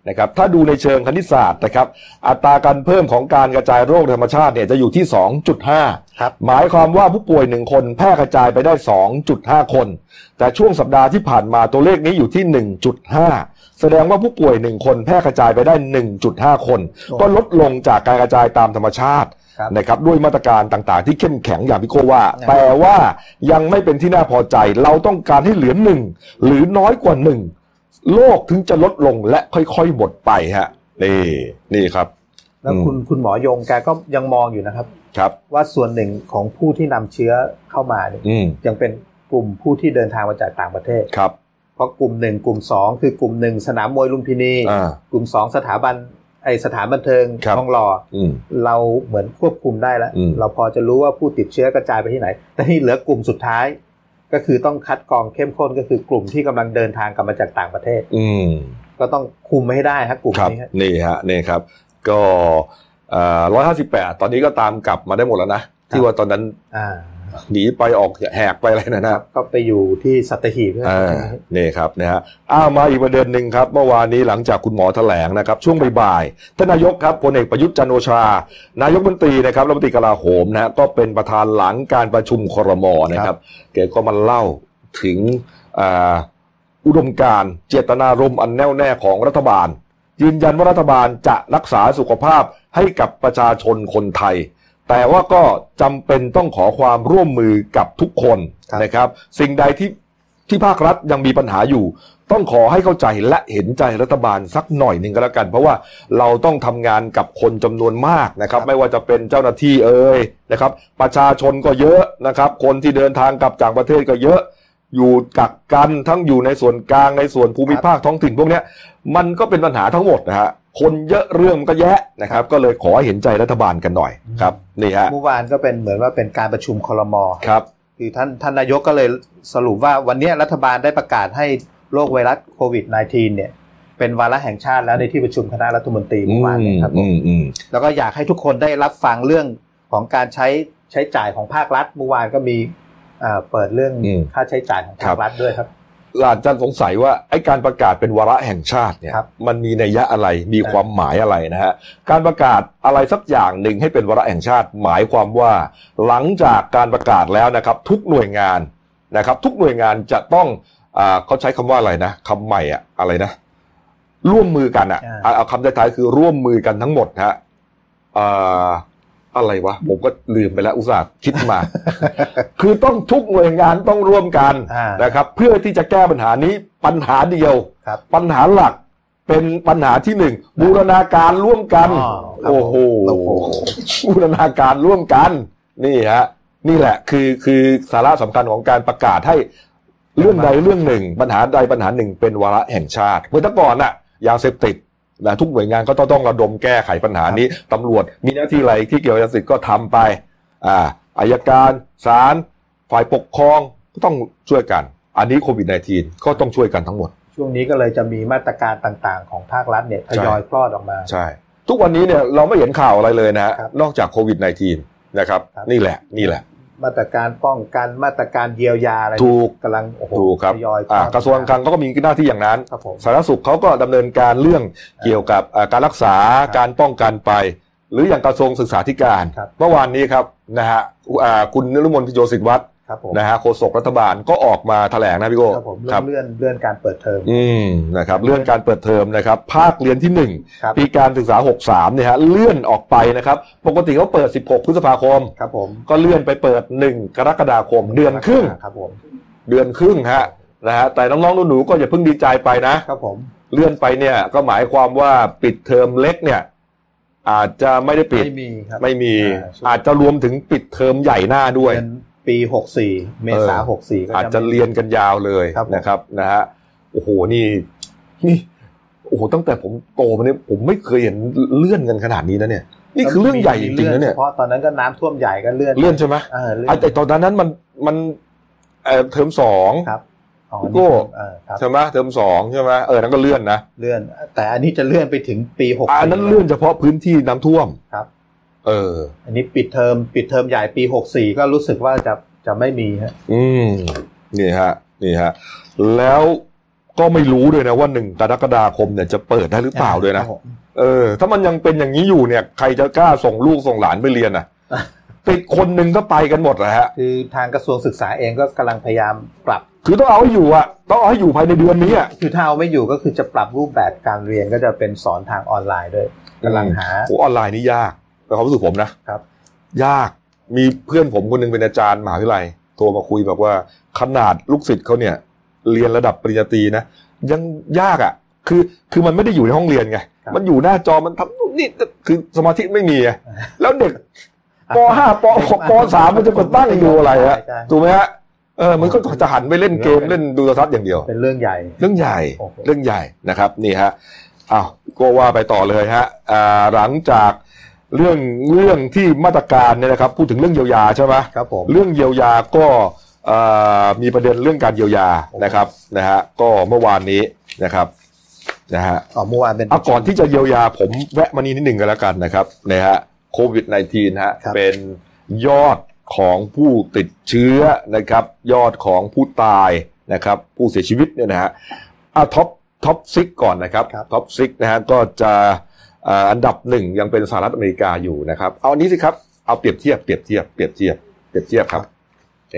นะครับถ้าดูในเชิงคณิตศาสตร์นะครับอัตราการเพิ่มของการกระจายโรคธรรมชาติเนี่ยจะอยู่ที่ สองจุดห้าครับหมายความว่าผู้ป่วยหนึ่งคนแพร่กระจายไปได้ สองจุดห้า คนแต่ช่วงสัปดาห์ที่ผ่านมาตัวเลขนี้อยู่ที่ หนึ่งจุดห้า แสดงว่าผู้ป่วยหนึ่งคนแพร่กระจายไปได้ หนึ่งจุดห้า คนก็ลดลงจากการกระจายตามธรรมชาตินะครับด้วยมาตรการต่างๆที่เข้มแข็งอย่างพี่โก้ว่าแต่ว่ายังไม่เป็นที่น่าพอใจเราต้องการให้เหลือหนึ่งหรือน้อยกว่าหนึ่งโลกถึงจะลดลงและค่อยๆหมดไปฮะนี่นี่ครับแล้วคุณคุณหมอยงแกก็ยังมองอยู่นะครับครับว่าส่วนหนึ่งของผู้ที่นำเชื้อเข้ามาเนี่ยยังเป็นกลุ่มผู้ที่เดินทางมาจากต่างประเทศครับเพราะกลุ่มหนึ่งกลุ่มสองคือกลุ่มหนึ่งสนามมวยลุมพินีกลุ่มสองสถาบันไอสถานบันเทิงทองหล่อเราเหมือนควบคุมได้แล้วเราพอจะรู้ว่าผู้ติดเชื้อกระจายไปที่ไหนแต่นี่เหลือกลุ่มสุดท้ายก็คือต้องคัดกรองเข้มข้นก็คือกลุ่มที่กำลังเดินทางกลับมาจากต่างประเทศอืมก็ต้องคุมให้ได้ครับกลุ่มนี้ครับนี่ฮะนี่ครับก็เอ่อหนึ่งร้อยห้าสิบแปดตอนนี้ก็ตามกลับมาได้หมดแล้วนะที่ว่าตอนนั้นอ่าหนีไปออกแหกไปอะไรนะครับก็ไปอยู่ที่สัตหีบอ่านี่ครับนะฮะอ้าวมาอีกประเด็นหนึ่งครับเมื่อวานนี้หลังจากคุณหมอแถลงนะครับช่วงบ่ายๆท่านนายกครับพลเอกประยุทธ์จันทร์โอชานายกรัฐมนตรีนะครับรัฐมนตรีกลาโหมนะฮะก็เป็นประธานหลังการประชุมครม.นะครับแกก็มาเล่าถึงอ่าอุดมการณ์เจตนารมณ์อันแน่วแน่ของรัฐบาลยืนยันว่ารัฐบาลจะรักษาสุขภาพให้กับประชาชนคนไทยแต่ว่าก็จำเป็นต้องขอความร่วมมือกับทุกคนนะครับสิ่งใดที่ที่ภาครัฐยังมีปัญหาอยู่ต้องขอให้เข้าใจและเห็นใจรัฐบาลสักหน่อยหนึ่งก็แล้วกันเพราะว่าเราต้องทำงานกับคนจำนวนมากนะครับไม่ว่าจะเป็นเจ้าหน้าที่เอ่ยนะครับประชาชนก็เยอะนะครับคนที่เดินทางกลับจากประเทศก็เยอะอยู่กักกันทั้งอยู่ในส่วนกลางในส่วนภูมิภาคท้องถิ่นพวกนี้มันก็เป็นปัญหาทั้งหมดนะฮะคนเยอะเรื่องก็แยะนะครับก็เลยขอเห็นใจรัฐบาลกันหน่อยครับนี่ฮะเมื่อวานก็เป็นเหมือนว่าเป็นการประชุมครม. ครับคือท่านท่านนายกก็เลยสรุปว่าวันนี้รัฐบาลได้ประกาศให้โรคไวรัสโควิด สิบเก้า เนี่ยเป็นวาระแห่งชาติแล้วในที่ประชุมคณะรัฐมนตรีเมื่อวานนี้ครับแล้วก็อยากให้ทุกคนได้รับฟังเรื่องของการใช้ใช้จ่ายของภาครัฐเมื่อวานก็มีเปิดเรื่องค่าใช้จ่ายของภาครัฐด้วยครับอาจารย์สงสัยว่าไอ้การประกาศเป็นวาระแห่งชาติเนี่ยมันมีนัยยะอะไรมีความหมายอะไรนะฮะการประกาศอะไรสักอย่างหนึ่งให้เป็นวาระแห่งชาติหมายความว่าหลังจากการประกาศแล้วนะครับทุกหน่วยงานนะครับทุกหน่วยงานจะต้องอ่าเขาใช้คำว่าอะไรนะคำใหม่อะอะไรนะร่วมมือกันอะเอาคำท้ายๆคือร่วมมือกันทั้งหมดฮะอ่าอะไรวะผมก็ลืมไปแล้วอุตส่าห์คิดมา คือต้องทุกหน่วยงานต้องร่วมกันนะครับเพื่อที่จะแก้ปัญหานี้ปัญหาเดียวปัญหาหลักเป็นปัญหาที่หนึ่งบูรณาการร่วมกันโอ้โหบูรณาการร่วมกันนี่ฮะนี่แหละคือคือสาระสำคัญของการประกาศให้เรื่องใดเรื่องหนึ่งปัญหาใดปัญหาหนึ่งเป็นวาระแห่งชาติเมื่อก่อนน่ะยาเสพติดนะทุกหน่วยงานก็ต้องต้องระดมแก้ไขปัญหานี้ตำรวจมีหน้าที่อะไรที่เกี่ยวกับยาเสพติดก็ทำไปอ่าอัยการศาลฝ่ายปกครองก็ต้องช่วยกันอันนี้โควิด สิบเก้า ก็ต้องช่วยกันทั้งหมดช่วงนี้ก็เลยจะมีมาตรการต่างๆของภาครัฐเนี่ยทยอยคลอดออกมาใช่ทุกวันนี้เนี่ยเราไม่เห็นข่าวอะไรเลยนะนอกจากโควิด สิบเก้า นะครับนี่แหละนี่แหละมาตรการป้องกันมาตรการเยียวยาอะไรถูกกำลังโอ้โหทยอยกระทรวงการคลังก็มีหน้าที่อย่างนั้นสาธารณสุขเขาก็ดำเนินการเรื่องเกี่ยวกับการรักษาการป้องกันไปหรืออย่างกระทรวงศึกษาธิการเมื่อวานนี้ครับนะฮะคุณนฤมล พิโยศิษฐวัฒน์นะฮะโฆษกรัฐบาลก็ออกมาแถลงนะพี่โก้ครับเลื่อนเลื่อนการเปิดเทอมอืมนะครับเลื่อนการเปิดเทอมนะครับภาคเรียนที่หนึ่งปีการศึกษาหกสิบสามเนี่ยฮะเลื่อนออกไปนะครับปกติเขาเปิดสิบหกพฤษภาคมครับผมก็เลื่อนไปเปิดหนึ่งกรกฎาคมเดือนครึ่งครับผมเดือนครึ่งฮะนะฮะแต่น้องๆหนูๆก็อย่าเพิ่งดีใจไปนะครับผมเลื่อนไปเนี่ยก็หมายความว่าปิดเทอมเล็กเนี่ยอาจจะไม่ได้ปิดไม่มีครับไม่มีอาจจะรวมถึงปิดเทอมใหญ่หน้าด้วยปีหกสิบสี่เมษายนหกสิบสี่อาจจะเรียนกันยาวเลยนะครับนะฮะโอ้โหนี่นี่โอ้โหตั้งแต่ผมโตมาเนี่ยผมไม่เคยเห็นเลื่อนกันขนาดนี้นะเนี่ยนี่คือเรื่องใหญ่จริงๆนะเนี่ยเพราะตอนนั้นก็น้ำท่วมใหญ่ก็เลื่อนเลื่อนใช่ไหมเออเลื่อนแต่ตอนนั้นมันมันเอ่อเทอมสองครับก็ใช่ไหมเทอมสองใช่ไหมเออนั่นก็เลื่อนนะเลื่อนแต่อันนี้จะเลื่อนไปถึงปีหกอันนั้นเลื่อนเฉพาะพื้นที่น้ำท่วมครับเอออันนี้ปิดเทอมปิดเทอมใหญ่ปีหกสิบสี่ก็รู้สึกว่าจะจะไม่มีฮะอืมนี่ฮะนี่ฮะแล้วก็ไม่รู้ด้วยนะว่าหนึ่งกรกฎาคมเนี่ยจะเปิดได้หรือเปล่าด้วยนะเออถ้ามันยังเป็นอย่างนี้อยู่เนี่ยใครจะกล้าส่งลูกส่งหลานไปเรียนอ่ะติดคนหนึ่งก็ไปกันหมดแหละฮะคือทางกระทรวงศึกษาเองก็กำลังพยายามปรับคือต้องเอาให้อยู่อ่ะต้องเอาให้อยู่ภายในเดือนนี้อ่ะคือถ้าเอาไม่อยู่ก็คือจะปรับรูปแบบการเรียนก็จะเป็นสอนทางออนไลน์ด้วยกำลังหาโอ้ออนไลน์นี่ยากแต่ความรู้สึกผมนะครับยากมีเพื่อนผมคนนึงเป็นอาจารย์มหาวิทยาลัยโทรมาคุยแบบว่าขนาดลูกศิษย์เขาเนี่ยเรียนระดับปริญญาตรีนะยังยากอ่ะคือคือมันไม่ได้อยู่ในห้องเรียนไงมันอยู่หน้าจอมันทำนี่คือสมาธิไม่มีไงแล้วเด็กป.ห้า ป.หก ป.สาม มันจะกดตั้งดูอะไรฮะถูกไหมฮะเออมันก็จะหันไปเล่นเกมเล่นดูโทรทัศน์อย่างเดียวเป็นเรื่องใหญ่เรื่องใหญ่เรื่องใหญ่นะครับนี่ฮะอ้าวก็ว่าไปต่อเลยฮะอ่าหลังจากเรื่องเรื่องที่มาตรการเนี่ยนะครับพูดถึงเรื่องเยียวยาใช่ไหมครับผมเรื่องเยียวยาก็มีประเด็นเรื่องการเยียวยานะครับนะฮะก็เมื่อวานนี้นะครับนะฮะอ๋อเมื่อวานเป็นก่อนที่จะเยียวยาผมแวะมานี้นิดหนึ่งกันแล้วกันนะครับนะฮะโควิด สิบเก้า ฮะเป็นยอดของผู้ติดเชื้อนะครับยอดของผู้ตายนะครับผู้เสียชีวิตเนี่ยนะฮะอ่ะท็อปท็อปซิกก่อนนะครับท็อปซิกนะฮะก็จะอันดับหนึ่งยังเป็นสหรัฐอเมริกาอยู่นะครับเอาอันนี้สิครับเอาเปรียบเทียบเปรียบเทียบเปรียบเทียบเปรียบเทียบครับเอ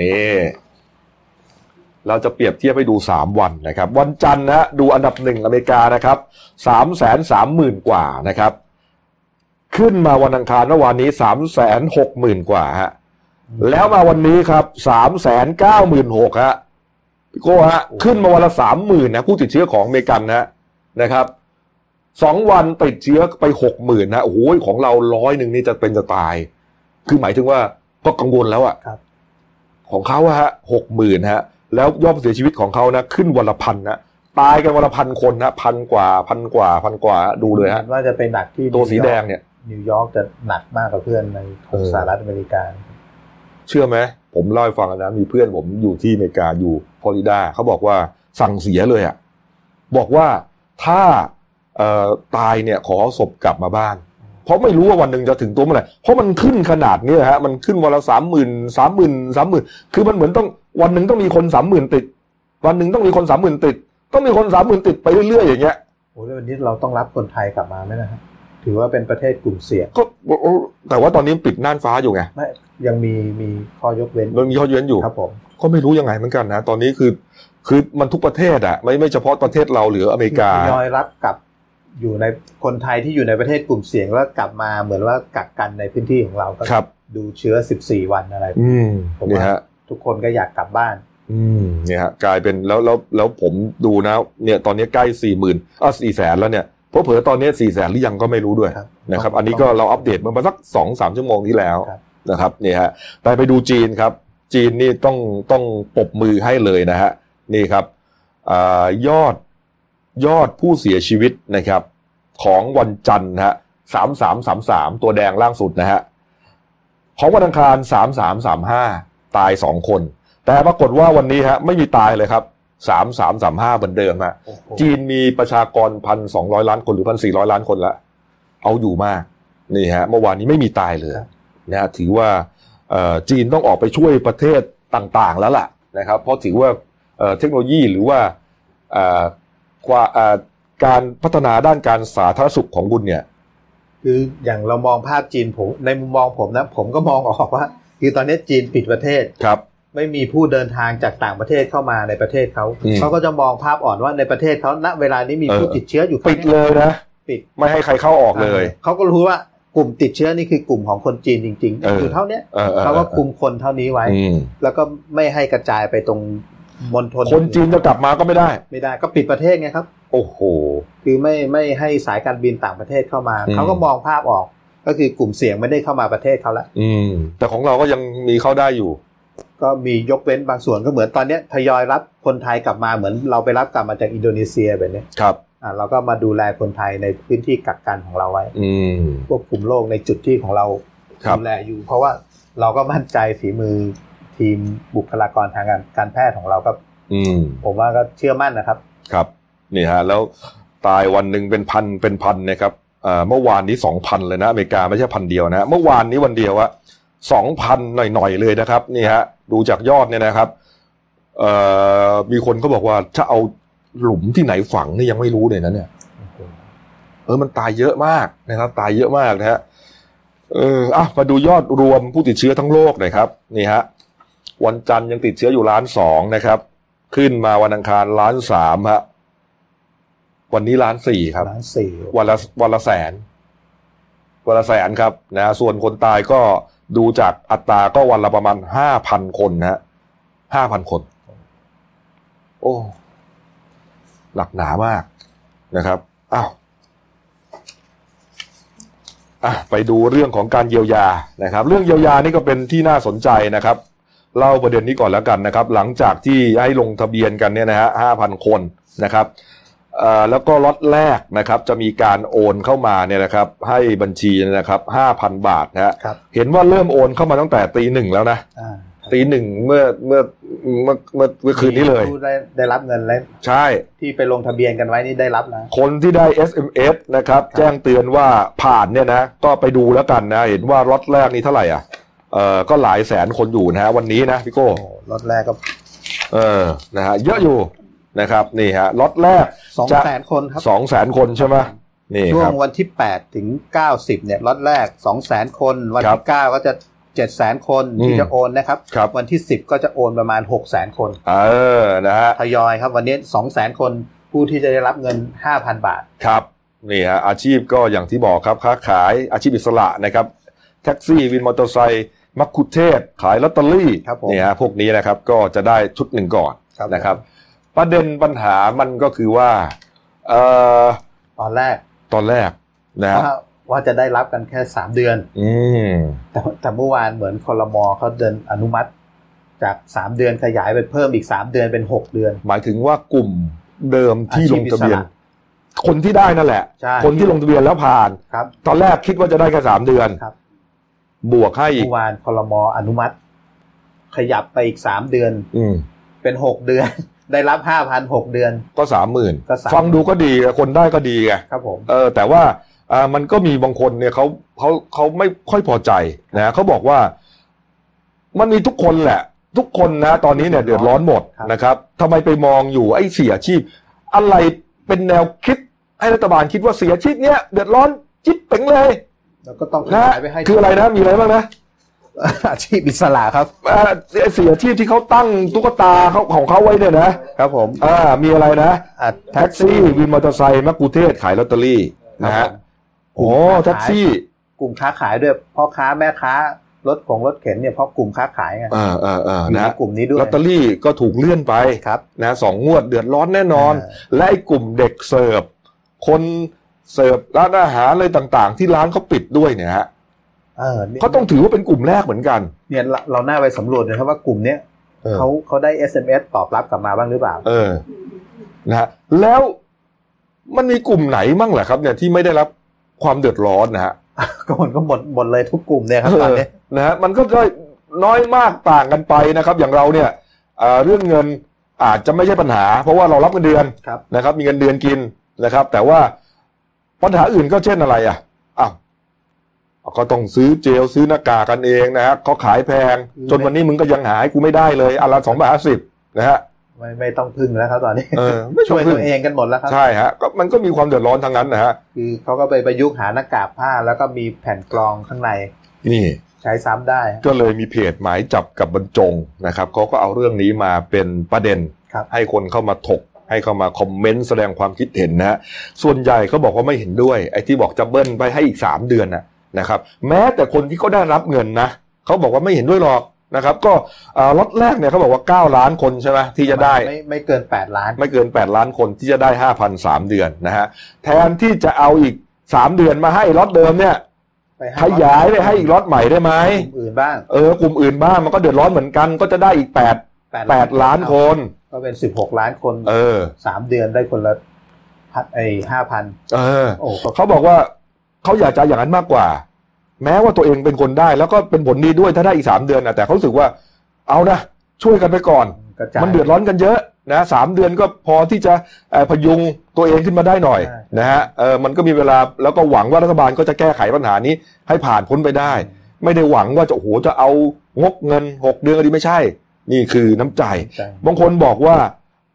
เราจะเปรียบเทียบให้ดูสามวันนะครับวันจันทร์นะดูอันดับหนึ่งอเมริกานะครับ สามแสนสามหมื่น กว่านะครับขึ้นมาวันอังคารเมื่อวานนี้ สามแสนหกหมื่น กว่าฮะแล้วมาวันนี้ครับ สามแสนเก้าหมื่นหกพัน ฮะพี่โก้ฮะขึ้นมาวันละ สามหมื่น นะผู้ติดเชื้อของอเมริกันนะนะครับสองวันติดเชื้อไป หกหมื่น นะโอ้โหของเราร้อยนึงนี่จะเป็นจะตายคือหมายถึงว่าก็กังวลแล้วอ่ะของเขาฮะ หกหมื่น ฮะแล้วยอดผู้เสียชีวิตของเขานะขึ้นวันละพันนะตายกันวันละพันคนนะพันกว่าพันกว่าพันกว่าดูเลยฮะว่าจะไปหนักที่ตัวสีแดงเนี่ยนิวยอร์กจะหนักมากกว่าเพื่อนในของสหรัฐอเมริกาเชื่อไหมผมเล่าให้ฟังนะมีเพื่อนผมอยู่ที่อเมริกาอยู่ฟลอริดาเขาบอกว่าสั่งเสียเลยอ่ะบอกว่าถ้าเอ่อตายเนี่ยขอศพกลับมาบ้านเพราะไม่รู้ว่าวันหนึ่งจะถึงตัวเมื่อไหร่เพราะมันขึ้นขนาดนี้ฮะมันขึ้นวันละสามหมื่นสามหมื่นสามหมื่นคือมันเหมือนต้องวันหนึ่งต้องมีคนสามหมื่นติดวันหนึ่งต้องมีคนสามหมื่นติดต้องมีคนสามหมื่นติดไปเรื่อยๆอย่างเงี้ยโอ้แล้ววันนี้เราต้องรับคนไทยกลับมาไหมนะฮะถือว่าเป็นประเทศกลุ่มเสี่ยงก็แต่ว่าตอนนี้ปิดน่านฟ้าอยู่ไงไม่ยังมีมีข้อยกเว้นมันมีข้อยกเว้นอยู่ครับผมก็ไม่รู้ยังไงเหมือนกันนะตอนนี้คือคือมันทุกประเทศอะไม่ไม่เฉพาะประเทศเราหรืออเมริกาทยอยรับกลับอยู่ในคนไทยที่อยู่ในประเทศกลุ่มเสี่ยงแล้วกลับมาเหมือนว่ากักกันในพื้นที่ของเราก็ดูเชื้อสิบสี่วันอะไรผมว่าทุกคนก็อยากกลับบ้านอืมเนี่ยฮะกลายเป็นแล้วแล้วแล้วผมดูนะเนี่ยตอนนี้ใกล้สี่หมื่นอ่ะสี่แสนแล้วเนี่ยเพราะเผลอตอนนี้สี่แสนหรือยังก็ไม่รู้ด้วยนะครับอันนี้ก็เราอัปเดตมาสักสองสามชั่วโมงที่แล้วนะครับเนี่ยฮะแต่ไปดูจีนครับจีนนี่ต้องต้องปรบมือให้เลยนะฮะนี่ครับอ่ายอดยอดผู้เสียชีวิตนะครับของวันจันทร์นะฮะสามสามสามสามตัวแดงล่างสุดนะฮะของวันอังคารสามสามสามห้าตายสองคนแต่ปรากฏว่าวันนี้ฮะไม่มีตายเลยครับสามสามสามห้าเหมือนเดิมฮะจีนมีประชากร หนึ่งพันสองร้อย ล้านคนหรือ หนึ่งพันสี่ร้อย ล้านคนละเอาอยู่มากนี่ฮะเมื่อวานนี้ไม่มีตายเลยนะฮะถือว่าเอ่อจีนต้องออกไปช่วยประเทศต่างๆแล้วล่ะนะครับเพราะถือว่าเอ่อเทคโนโลยีหรือว่าเอ่อการพัฒนาด้านการสาธารณสุขของคุณเนี่ยคืออย่างเรามองภาพจีนผมในมุมมองผมนะผมก็มองออกว่าคือตอนนี้จีนปิดประเทศครับไม่มีผู้เดินทางจากต่างประเทศเข้ามาในประเทศเขาเขาก็จะมองภาพอ่อนว่าในประเทศเขาณเวลานี้มีผู้ติดเชื้ออยู่ปิดเลยนะปิดไม่ให้ใครเข้าออกเลยเขาก็รู้ว่ากลุ่มติดเชื้อนี่คือกลุ่มของคนจีนจริงๆคือเท่านี้เขาก็คุมคนเท่านี้ไว้แล้วก็ไม่ให้กระจายไปตรงมณฑลคนจีนจะกลับมาก็ไม่ได้ไม่ได้ก็ปิดประเทศไงครับโอ้โหคือไม่ไม่ให้สายการบินต่างประเทศเข้ามาเขาก็มองภาพออกก็คือกลุ่มเสี่ยงไม่ได้เข้ามาประเทศเขาแล้วอืมแต่ของเราก็ยังมีเข้าได้อยู่ก็มียกเว้นบางส่วนก็เหมือนตอนนี้ทยอยรับคนไทยกลับมาเหมือนเราไปรับกลับมาจากอินโดนีเซียแบบนี้ครับอ่าเราก็มาดูแลคนไทยในพื้นที่กักกันของเราไว้อืมควบคุมโรคในจุดที่ของเราดูแลอยู่เพราะว่าเราก็มั่นใจฝีมือทีมบุคลากรทางการการแพทย์ของเราก็อืมผมว่าก็เชื่อมั่นนะครับครับนี่ฮะแล้วตายวันหนึ่งเป็นพันเป็นพันนะครับเอ่อเมื่อวานนี้ สองพัน เลยนะอเมริกาไม่ใช่พันเดียวนะเมื่อวานนี้วันเดียวอะ สองพัน หน่อยๆเลยนะครับนี่ฮะดูจากยอดเนี่ยนะครับเอ่อมีคนก็บอกว่าถ้าเอาหลุมที่ไหนฝังนี่ยังไม่รู้เลยนะเนี่ยเออมันตายเยอะมากนะครับตายเยอะมากนะฮะเอออ่ะมาดูยอดรวมผู้ติดเชื้อทั้งโลกหน่อยครับนี่ฮะวันจันทร์ยังติดเชื้ออยู่ล้านสองนะครับขึ้นมาวันอังคารล้านสามฮะวันนี้ล้านสี่ครับล้านสี่วันละวันละแสนวันละแสนครับนะส่วนคนตายก็ดูจากอัตราก็วันละประมาณห้าพันคนนะฮะห้าพันคนโอ้หนักหนามากนะครับอ้าวอ่ะไปดูเรื่องของการเยียวยานะครับเรื่องเยียวยานี่ก็เป็นที่น่าสนใจนะครับเล่าประเด็นนี้ก่อนแล้วกันนะครับหลังจากที่ให้ลงทะเบียนกันเนี่ยนะฮะห้าพันคนนะครับเอ่อแล้วก็ล็อตแรกนะครับจะมีการโอนเข้ามาเนี่ยนะครับให้บัญชีนะครับ ห้าพัน บาทนะฮะเห็นว่าเริ่มโอนเข้ามาตั้งแต่ตีหนึ่งแล้วนะตีหนึ่งเมื่อเมื่อเมื่อเมื่อคืนนี้เลยได้ได้รับเงินแล้วใช่ที่ไปลงทะเบียนกันไว้นี่ได้รับนะคนที่ได้ เอส เอ็ม เอส นะครับแจ้งเตือนว่าผ่านเนี่ยนะก็ไปดูแล้วกันนะเห็นว่าล็อตแรกนี่เท่าไหร่อ่ะเอ่อก็หลายแสนคนอยู่นะฮะวันนี้นะพี่โก้ล็อตแรกก็เออนะฮะเยอะอยู่นะครับนี่ฮะล็อตแรกสองแสน คนครับสองแสน คนใช่ไหมนี่ช่วงวันที่แปดถึงเก้าสิบเนี่ยล็อตแรก สองแสน คนวันที่เก้าก็จะเจ็ดแสน คนที่จะโอนนะครับวันที่สิบก็จะโอนประมาณ หกแสน คนเออนะฮะทยอยครับวันนี้ สองแสน คนผู้ที่จะได้รับเงิน ห้าพัน บาทครับนี่ฮะอาชีพก็อย่างที่บอกครับค้าขายอาชีพอิสระนะครับแท็กซี่วินมอเตอร์ไซค์มัคคุเทศขายลอตเตอรี่นี่ฮะพวกนี้นะครับก็จะได้ชุดหนึ่งก่อนนะครับประเด็นปัญหามันก็คือว่าเอ่อตอนแรกตอนแรกนะฮะว่าจะได้รับกันแค่สามเดือนอืมแต่แต่เมื่อวานเหมือนครม.เขาเดินอนุมัติจากสามเดือนขยายไปเพิ่มอีกสามเดือนเป็นหกเดือนหมายถึงว่ากลุ่มเดิมที่ลงทะเบียนคนที่ได้นั่นแหละคนที่ลงทะเบียนแล้วผ่านครับตอนแรกคิดว่าจะได้แค่สามเดือนครับบวกให้อีกเมื่อวานครม.อนุมัติขยับไปอีกสามเดือนอืมเป็นหกเดือนได้รับ ห้าพัน หกเดือนก็ สามหมื่น ฟังดูก็ดีคนได้ก็ดีไงครับผมเออแต่ว่าอ่ามันก็มีบางคนเนี่ยเขาเขาเขาไม่ค่อยพอใจนะเขาบอกว่ามันมีทุกคนแหละทุกคนนะตอนนี้เนี่ยเดือดร้อนหมดนะครับทำไมไปมองอยู่ไอ้เสียอาชีพอะไรเป็นแนวคิดให้รัฐบาลคิดว่าเสียอาชีพเนี้ยเดือดร้อนจิ๊บเป๋งเลยแล้วก็ต้องขายไปให้คืออะไรนะมีอะไรบ้างนะอาชีพอิสระครับเสียอาชีพที่เขาตั้งตุ๊กตาเขาของเขาไว้เนี่ยนะครับผมอ่ามีอะไรนะแท็กซี่วินมอเตอร์ไซค์มัคคุเทศขายลอตเตอรี่นะฮะโอ้แท็กซี่กลุ่มค้าขายด้วยพ่อค้าแม่ค้ารถของรถเข็นเนี่ยเพราะกลุ่มค้าขายไงอ่าอ่าอ่านะกลุ่มนี้ด้วยลอตเตอรี่ก็ถูกเลื่อนไปครับนะสองงวดเดือดร้อนแน่นอนและไอ้กลุ่มเด็กเสิร์ฟคนเสิร์ฟร้านอาหารอะไรต่างๆที่ร้านเขาปิดด้วยเนี่ยฮะเขาต้องถือว่าเป็นกลุ่มแรกเหมือนกันเนี่ยเราหน้าไปสำรวจเลยครับว่ากลุ่มเนี้ยเขาเขาได้ เอส เอ็ม เอส ตอบรับกลับมาบ้างหรือเปล่าเออนะฮะแล้วมันมีกลุ่มไหนมั่งแหละครับเนี่ยที่ไม่ได้รับความเดือดร้อนนะฮะก็มันก็หมดหมดเลยทุกกลุ่มเนี่ยครับตอนนี้นะฮะมันก็ได้น้อยมากต่างกันไปนะครับอย่างเราเนี่ยเรื่องเงินอาจจะไม่ใช่ปัญหาเพราะว่าเรารับเงินเดือนนะครับมีเงินเดือนกินนะครับแต่ว่าปัญหาอื่นก็เช่นอะไรอ่ะอ้าวก็ต้องซื้อเจลซื้อหน้ากากกันเองนะฮะเขาขายแพงจนวันนี้มึงก็ยังหาให้กูไม่ได้เลยอันละสองบาทห้าสิบนะฮะไม่ไม่ต้องพึ่งแล้วครับตอนนี้เออไม่ช่วยตัวเองกันหมดแล้วครับใช่ฮะก็มันก็มีความเดือดร้อนทั้งนั้นนะฮะคือเขาก็ไปประยุกต์หาหน้ากากผ้าแล้วก็มีแผ่นกรองข้างในนี่ใช้ซ้ำได้ก็เลยมีเพจหมายจับกับบรรจงนะครับเขาก็เอาเรื่องนี้มาเป็นประเด็นให้คนเข้ามาถกให้เข้ามาคอมเมนต์แสดงความคิดเห็นนะส่วนใหญ่เขาบอกว่าไม่เห็นด้วยไอ้ที่บอกจะเบิ้ลไปให้อีกสามเดือนนะนะครับแม้แต่คนที่เขาได้รับเงินนะเขาบอกว่าไม่เห็นด้วยหรอกนะครับก็ล็อตแรกเนี่ยเขาบอกว่าเก้าล้านคนใช่ไหมที่จะได้ไม่ไม่เกินแปดล้านไม่เกินแปดล้านคนที่จะได้ ห้าพัน สามเดือนนะฮะแทนที่จะเอาอีกสามเดือนมาให้ล็อตเดิมเนี่ยขยายไปให้อีกล็อตใหม่ได้ไหมกลุ่มอื่นบ้างเออกลุ่มอื่นบ้างมันก็เดือดร้อนเหมือนกันก็จะได้อีกแปด แปดล้านคนก็เป็นสิบหกล้านคนเออสามเดือนได้คนละไอ้ ห้าพันเออเขาบอกว่าเขาอยากจะอย่างนั้นมากกว่าแม้ว่าตัวเองเป็นคนได้แล้วก็เป็นผลดีด้วยถ้าได้อีกสามเดือนนะแต่เขารู้สึกว่าเอานะช่วยกันไปก่อนมันเดือดร้อนกันเยอะนะสามเดือนก็พอที่จะพยุงตัวเองขึ้นมาได้หน่อยนะฮะเออมันก็มีเวลาแล้วก็หวังว่ารัฐบาลก็จะแก้ไขปัญหานี้ให้ผ่านพ้นไปได้ไม่ได้หวังว่าจะโอ้โหจะเอางบเงินหกเดือนก็ดีไม่ใช่นี่คือน้ำใจบางคนบอกว่า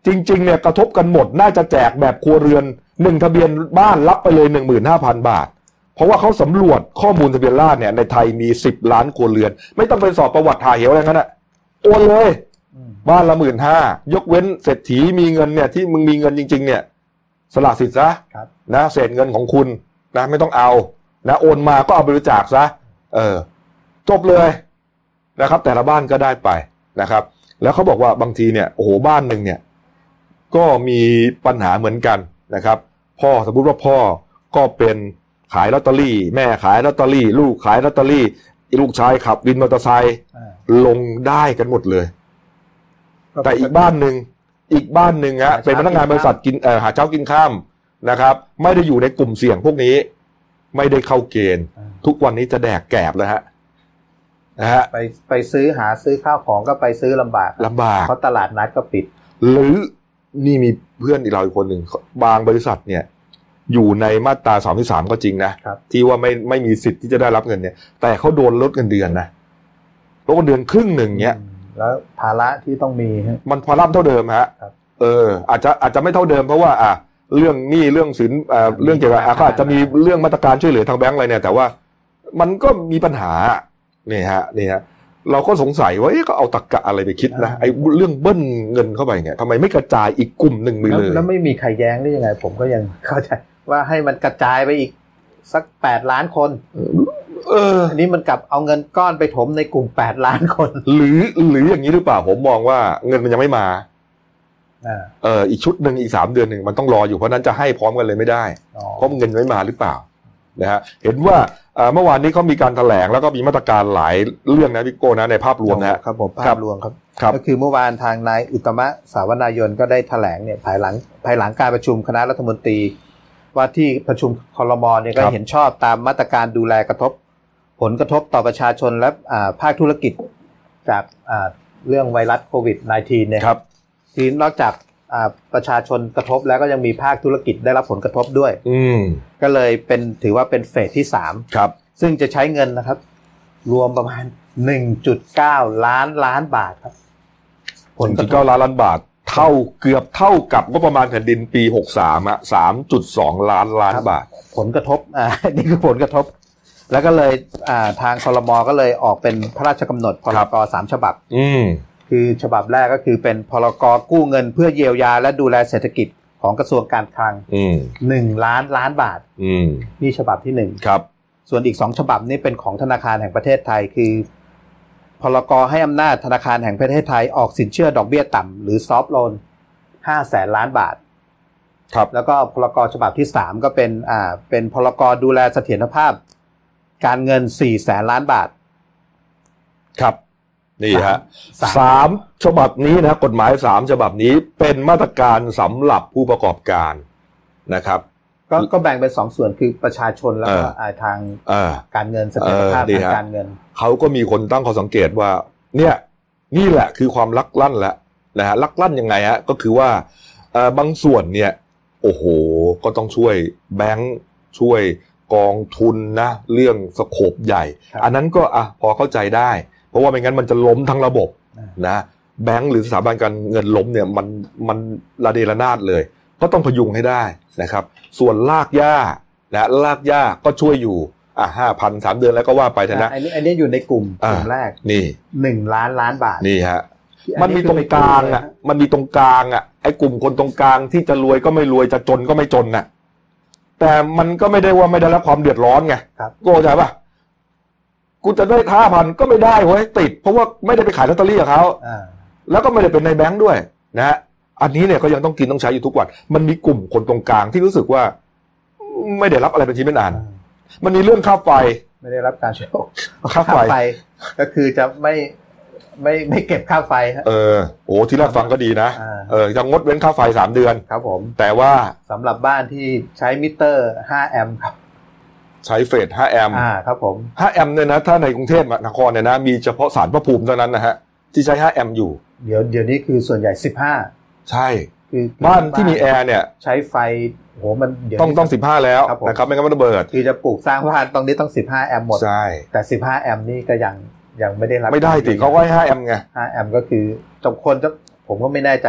จริงๆเนี่ยกระทบกันหมดน่าจะแจกแบบครัวเรือนหนึ่งทะเบียนบ้านรับไปเลย หนึ่งหมื่นห้าพัน บาทเพราะว่าเขาสำรวจข้อมูลทะเบียนราษฎร์เนี่ยในไทยมีสิบล้านครัวเรือนไม่ต้องไปสอบประวัติถ่ายเหวอะไรงั้นน่ะโอนเลยบ้านละ หนึ่งหมื่นห้าพัน ยกเว้นเศรษฐีมีเงินเนี่ยที่มึงมีเงินจริงๆเนี่ยสละสิทธิ์ซะนะเศษเงินของคุณนะไม่ต้องเอานะโอนมาก็เอาบริจาคซะเออจบเลยนะครับแต่ละบ้านก็ได้ไปนะครับแล้วเขาบอกว่าบางทีเนี่ยโอ้โหบ้านหนึ่งเนี่ยก็มีปัญหาเหมือนกันนะครับพ่อสมมติว่าพ่อก็เป็นขายลอตเตอรี่แม่ขายลอตเตอรี่ลูกขายลอตเตอรี่ลูกชายขับวินมอเตอร์ไซค์ลงได้กันหมดเลยแต่อีกบ้านหนึ่งอีกบ้านหนึ่งฮะเป็นพนักงานบริษัทกินเอ่อหาเช้ากินข้ามนะครับไม่ได้อยู่ในกลุ่มเสี่ยงพวกนี้ไม่ได้เข้าเกณฑ์ทุกวันนี้จะแดกแกบเลยฮะนะฮะไปไปซื้อหาซื้อข้าวของก็ไปซื้อลำบากลำบากเพราะตลาดนัดก็ปิดหรือนี่มีเพื่อนอีกเราอีกคนหนึ่งบางบริษัทเนี่ยอยู่ในมาตราสามสิบสามก็จริงนะที่ว่าไม่ไม่มีสิทธิ์ที่จะได้รับเงินเนี่ยแต่เขาโดนลดเงินเดือนนะลดเงินเดือนครึ่งหนึ่งเนี่ยแล้วภาระที่ต้องมีมันภาระเท่าเดิมฮะเอออาจจะอาจจะไม่เท่าเดิมเพราะว่าอ่ะเรื่องหนี้เรื่องสินอ่าเรื่องเกี่ยวกับเขาอาจจะมีเรื่องมาตรการช่วยเหลือทางแบงก์อะไรเนี่ยแต่ว่ามันก็มีปัญหานี่ฮะนี่ฮะเราก็สงสัยว่าเอ๊ะก็เอาตรรกะอะไรไปคิดนะไอ้เรื่องเบิ้ลเงินเข้าไปเนี่ยทำไมไม่กระจายอีกกลุ่มหนึ่งไปเลยแล้วไม่มีใครแย้งได้ยังไงผมก็ยังเข้าใจว่าให้มันกระจายไปอีกสักแปดล้านคนเอออันนี้มันกลับเอาเงินก้อนไปถมในกลุ่มแปดล้านคนหรือหรืออย่างนี้หรือเปล่าผมมองว่าเงินมันยังไม่มาเอออีกชุดหนึ่งอีกสามเดือนหนึ่งมันต้องรออยู่เพราะนั้นจะให้พร้อมกันเลยไม่ได้เพราะเงินไม่มาหรือเปล่านะฮะเห็นว่าเมื่อวานนี้เขามีการแถลงแล้วก็มีมาตรการหลายเรื่องนะพี่โก้นะในภาพรวมนะครับผมภาพรวมครับก็คือเมื่อวานทางนายอุตตมะสาวนายนก็ได้แถลงเนี่ยภายหลังภายหลังการประชุมคณะรัฐมนตรีว่าที่ประชุมครม.เนี่ยก็เห็นชอบตามมาตรการดูแลกระทบผลกระทบต่อประชาชนและภาคธุรกิจจากเรื่องไวรัสโควิด สิบเก้า เนี่ยที่นอกจากประชาชนกระทบแล้วก็ยังมีภาคธุรกิจได้รับผลกระทบด้วยก็เลยเป็นถือว่าเป็นเฟสที่สามครับซึ่งจะใช้เงินนะครับรวมประมาณ หนึ่งจุดเก้า ล้านล้านบาทครับผลกระทบ หนึ่งจุดเก้า ล้านล้านบาทเท่าเกือบเท่ากับงบประมาณแผ่นดินปีหกสิบสามอ่ะ สามจุดสอง ล้านล้านบาทผลกระทบอ่านี่คือผลกระทบแล้วก็เลยอ่าทางครม.ก็เลยออกเป็นพระราชกำหนดพรก.สามฉบับอืมคือฉบับแรกก็คือเป็นพรก.กู้เงินเพื่อเยียวยาและดูแลเศรษฐกิจของกระทรวงการคลังหนึ่งล้านล้านบาทนี่ฉบับที่หนึ่งครับส่วนอีกสองฉบับนี้เป็นของธนาคารแห่งประเทศไทยคือพรก.ให้อำนาจธนาคารแห่งประเทศไทยออกสินเชื่อดอกเบี้ยต่ำหรือซอฟท์โลนห้าแสนล้านบาทครับแล้วก็พรก.ฉบับที่สามก็เป็นอ่าเป็นพรก.ดูแลเสถียรภาพการเงินสี่แสนล้านบาทครับนี่ฮะสามฉบับนี้นะกฎหมายสามฉบับนี้เป็นมาตรการสำหรับผู้ประกอบการนะครับก็ก็แบ่งเป็นสองส่วนคือประชาชนแล้วก็ทางการเงินเสถียรภาพทางการเงินเขาก็มีคนตั้งข้อสังเกตว่าเนี่ยนี่แหละคือความลักลั่นแหละนะฮะลักลั่นยังไงฮะก็คือว่าบางส่วนเนี่ยโอ้โหก็ต้องช่วยแบงค์ช่วยกองทุนนะเรื่องสโคปใหญ่อันนั้นก็อ่ะพอเข้าใจได้เพราะว่าไม่งั้นมันจะล้มทั้งระบบนะแบงค์หรือสถาบันการเงินล้มเนี่ยมันมันระเดระนาดเลยก็ต้องพยุงให้ได้นะครับส่วนลากหญ้านะลากหญ้าก็ช่วยอยู่อ่ะ ห้าพัน สามเดือนแล้วก็ว่าไปนะอันนี้อันนี้อยู่ในกลุ่มกลุ่มแรกนี่หนึ่งล้านล้านบาทนี่ฮะมันมีตรงกลางอ่ะมันมีตรงกลางอ่ะไอ้กลุ่มคนตรงกลางที่จะรวยก็ไม่รวยจะจนก็ไม่จนน่ะแต่มันก็ไม่ได้ว่าไม่ได้รับความเดือดร้อนไงโก้ใจป่ะกูจะได้ห้าพันก็ไม่ได้เว้ยติดเพราะว่าไม่ได้ไปขายลอตเตอรี่กับเขาแล้วก็ไม่ได้เป็นในแบงค์ด้วยนะฮะอันนี้เนี่ยก็ยังต้องกินต้องใช้อยู่ทุกวันมันมีกลุ่มคนตรงกลางที่รู้สึกว่าไม่ได้รับอะไรเป็นชิ้นเป็นอันมันมีเรื่องค่าไฟไม่ได้รับการช่วยค่าไฟก็คือจะไม่ไม่ไม่เก็บค่าไฟฮะเออโอ้ที่แรกฟังก็ดีนะเออจะงดเว้นค่าไฟสามเดือนครับผมแต่ว่าสำหรับบ้านที่ใช้มิเตอร์ห้าแอมป์ครับใช้เฟสห้าแอมป์อ่าครับผมห้าแอมป์เนี่ยนะถ้าในกรุงเทพมหานครเนี่ยนะมีเฉพาะศาลพระภูมิเท่านั้นนะฮะที่ใช้ห้าแอมป์อยู่เดี๋ยวเดี๋ยวนี้คือส่วนใหญ่สิบห้าใช่คือบ้านที่มีแอร์เนี่ยใช้ไฟโหมันต้องต้องสิบห้าแล้วนะครับไม่งั้นมันระเบิดคือจะปลูกสร้างบ้านตรงนี้ต้องสิบห้าแอมป์หมดใช่แต่สิบห้าแอมป์นี่ก็ยังยังไม่ได้รับไม่ได้ติเขาก็ให้ห้าแอมป์ไงห้าแอมป์ก็คือจบคนจะผมก็ไม่แน่ใจว่า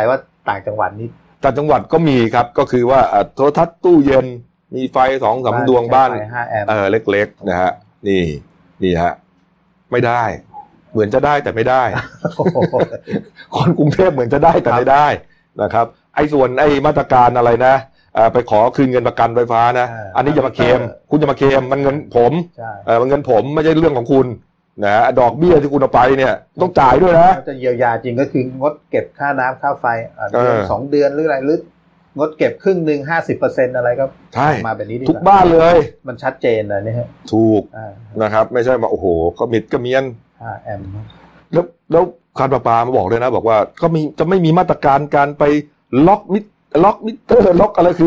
ต่างจังหวัดนี่ต่างจังหวัดก็มีครับก็คือว่าโทรทัศน์ตู้เย็นมีไฟสองสามดวงบ้านเออเล็กๆนะฮะนี่นี่ฮะไม่ได้เหมือนจะได้แต่ไม่ได้คนกรุงเทพเหมือนจะได้แต่ไม่ได้นะครับไอ้ส่วนไอ้มาตรการอะไรนะไปขอคืนเงินประกันไฟฟ้านะอันนี้จะมาเคลมคุณจะมาเคลมมันเงินผมเออมันเงินผมไม่ใช่เรื่องของคุณนะดอกเบี้ยที่คุณเอาไปเนี่ยต้องจ่ายด้วยนะจะเยียวยาจริงก็คืองดเก็บค่าน้ำค่าไฟเดือนสองเดือนหรืออะไรหรืองดเก็บครึ่งหนึ่งห้าสิบเปอร์เซ็นต์อะไรก็มาแบบนี้ดีทุกบ้านเลยมันชัดเจนเลยนี่ฮะถูกนะครับไม่ใช่มาโอ้โหก็มิดก็เมียนห้าแอมป์แล้วแล้วการประปามาบอกเลยนะบอกว่าก็มีจะไม่มีมาตรการการไปล็อกมิดล็อกมิเตอร์ล็อกอะไรคือ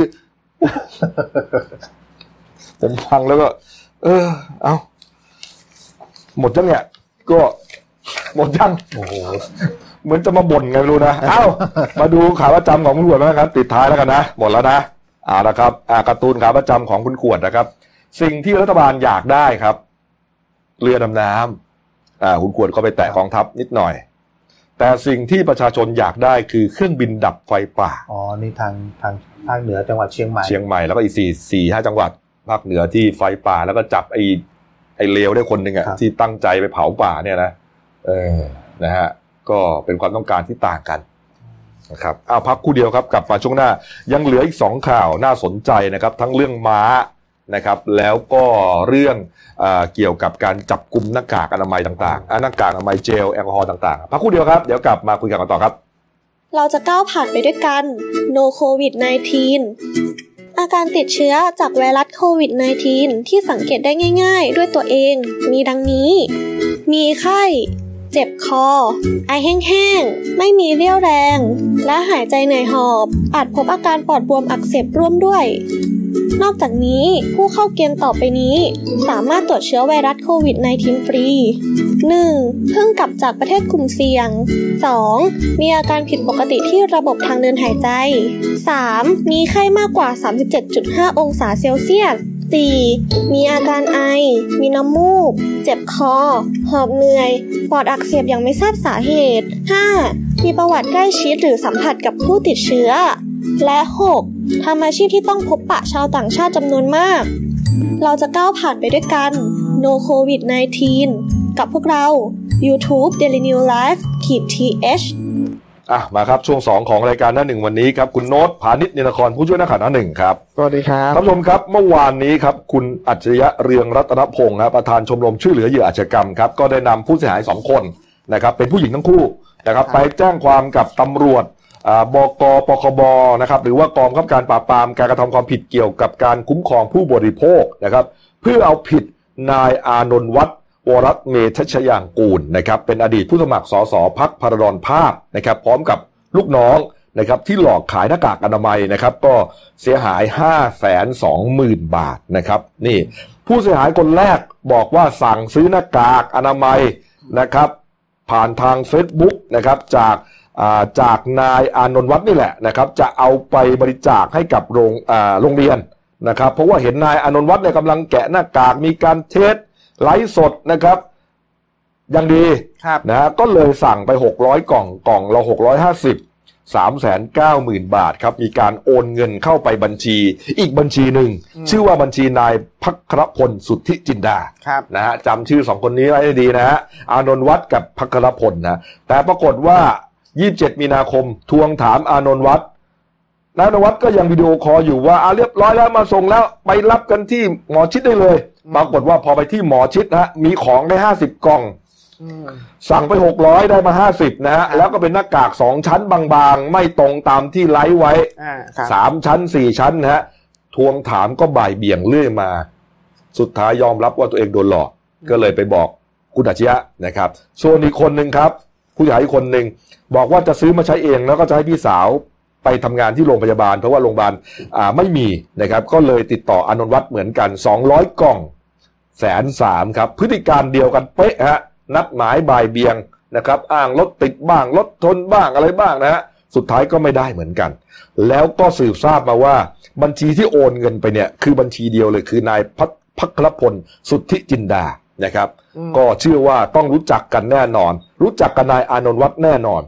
ผมฟังแล้วก็เออเอาหมดจังเนี่ยก็หมดจังโอ้โหเหมือนจะมาบ่นไงไม่รู้นะเอ้ามาดูขาประจำของคุณขวดนะครับติดท้ายแล้วกันนะหมดแล้วนะอ่านะครับอ่าการ์ตูนขาประจำของคุณขวดนะครับสิ่งที่รัฐบาลอยากได้ครับเรือดำน้ำอ่าคุณขวดก็ไปแตะกองทัพนิดหน่อยแต่สิ่งที่ประชาชนอยากได้คือเครื่องบินดับไฟป่าอ๋อนี่ทางทางภาคเหนือจังหวัดเชียงใหม่เชียงใหม่แล้วก็อีกสี่สี่ห้าจังหวัดภาคเหนือที่ไฟป่าแล้วก็จับไอ้ไอ้เลวได้คนหนึ่งอ่ะที่ตั้งใจไปเผาป่าเนี่ยนะเออนะฮะก็เป็นความต้องการที่ต่างกันนะครับอ้าวพักคู่เดียวครับกลับมาช่วงหน้ายังเหลืออีกสองข่าวน่าสนใจนะครับทั้งเรื่องม้านะครับแล้วก็เรื่องเอ่อเกี่ยวกับการจับกุมหน้ากากอนามัยต่างๆหน้ากากอนามัยเจลแอลกอฮอล์ต่างๆพักคู่เดียวครับเดี๋ยวกลับมาคุยกันต่อครับเราจะก้าวผ่านไปด้วยกัน No โควิด สิบเก้า อาการติดเชื้อจากไวรัสโควิด สิบเก้า ที่สังเกตได้ง่ายๆด้วยตัวเองมีดังนี้มีไข้เจ็บคอไอแห้งๆไม่มีเรี่ยวแรงและหายใจเหนื่อยหอบอาจพบอาการปอดบวมอักเสบร่วมด้วยนอกจากนี้ผู้เข้าเกณฑ์ต่อไปนี้สามารถตรวจเชื้อไวรัสโควิด สิบเก้า ฟรี หนึ่ง เพิ่งกลับจากประเทศกลุ่มเสี่ยง สอง มีอาการผิดปกติที่ระบบทางเดินหายใจ สาม มีไข้มากกว่า สามสิบเจ็ดจุดห้า องศาเซลเซียส สี่ มีอาการไอมีน้ำมูกเจ็บคอหอบเหนื่อยปอดอักเสบอย่างไม่ทราบสาเหตุ ห้า มีประวัติใกล้ชิดหรือสัมผัสกับผู้ติดเชื้อและหกทำอาชีพที่ต้องพบปะชาวต่างชาติจำนวนมากเราจะก้าวผ่านไปด้วยกัน No โควิด สิบเก้า กับพวกเรา YouTube Daily New Life ขีด ที เอชอ่ะมาครับช่วงสองของรายการหน้าหนึ่งวันนี้ครับคุณโน้ตพานิชเนรครผู้ช่วยนักข่าวหน้าหนึ่งครับสวัสดีครับท่านผู้ชมครับเมื่อวานนี้ครับคุณอัจฉริยะเรืองรัตนพงศ์ครับประธานชมรมช่วยเหลือเหยื่ออาชญากรรมครับก็ได้นำผู้เสียหายสองคนนะครับเป็นผู้หญิงทั้งคู่นะครับไปแจ้งความกับตำรวจบก.ปคบ.นะครับหรือว่ากองบังคับการปราบปรามการกระทำความผิดเกี่ยวกับการคุ้มครองผู้บริโภคนะครับเพื่อเอาผิดนายอานนท์วัฒน์วรัตน์เมธัชยางกูลนะครับเป็นอดีตผู้สมัครสสพรรคพรดรภาพนะครับพร้อมกับลูกน้องนะครับที่หลอกขายหน้ากากอนามัยนะครับก็เสียหาย ห้าแสนสองหมื่น บาทนะครับนี่ผู้เสียหายคนแรกบอกว่าสั่งซื้อหน้ากากอนามัยนะครับผ่านทาง Facebook นะครับจากจากนายอานนท์วัฒน์นี่แหละนะครับจะเอาไปบริจาคให้กับโรงโรงเรียนนะครับเพราะว่าเห็นนายอานนท์วัฒน์เนี่ยกำลังแกะหน้ากากมีการเทสไลฟ์สดนะครับอย่างดีนะฮะก็เลยสั่งไปหกร้อยกล่องกล่องละหกร้อยห้าสิบ สามแสนเก้าหมื่น บาทครับมีการโอนเงินเข้าไปบัญชีอีกบัญชีหนึ่งชื่อว่าบัญชีนายภัครพลสุทธิจินดานะฮะจำชื่อสองคนนี้ไว้ให้ดีนะฮะอานนท์วัฒน์กับภัครพลนะแต่ปรากฏว่ายี่สิบเจ็ดมีนาคมทวงถามอานนท์วัฒน์นายอานนท์วัฒน์ก็ยังวิดีโอคอลอยู่ว่าอ่ะเรียบร้อยแล้วมาส่งแล้วไปรับกันที่หมอชิดได้เลยปรากฏว่าพอไปที่หมอชิดนะฮะมีของได้ห้าสิบกล่องสั่งไปหกร้อยได้มาห้าสิบนะฮะแล้วก็เป็นหน้ากากสองชั้นบางๆไม่ตรงตามที่ไลฟ์ไว้สามชั้นสี่ชั้นนะฮะทวงถามก็บ่ายเบี่ยงเรื่อยมาสุดท้ายยอมรับว่าตัวเองโดนหลอกก็เลยไปบอกคุณอัจฉริยะนะครับส่วนอีกคนนึงครับผู้ใหญ่อีกคนนึงบอกว่าจะซื้อมาใช้เองแล้วก็จะให้พี่สาวไปทำงานที่โรงพยาบาลเพราะว่าโรงพยาบาลอ่าไม่มีนะครับก็เลยติดต่ออานนท์วัฒน์เหมือนกันสองร้อยกล่องแสนสามครับพฤติการเดียวกันเป๊ะฮะนัดหมายบ่ายเบียงนะครับอ้างรถติดบ้างรถทนบ้างอะไรบ้างนะฮะสุดท้ายก็ไม่ได้เหมือนกันแล้วก็สืบทราบมาว่าบัญชีที่โอนเงินไปเนี่ยคือบัญชีเดียวเลยคือนายภัครพลสุทธิจินดานะครับก็เชื่อว่าต้องรู้จักกันแน่นอนรู้จักกับนายอานนท์วัฒน์แน่นอน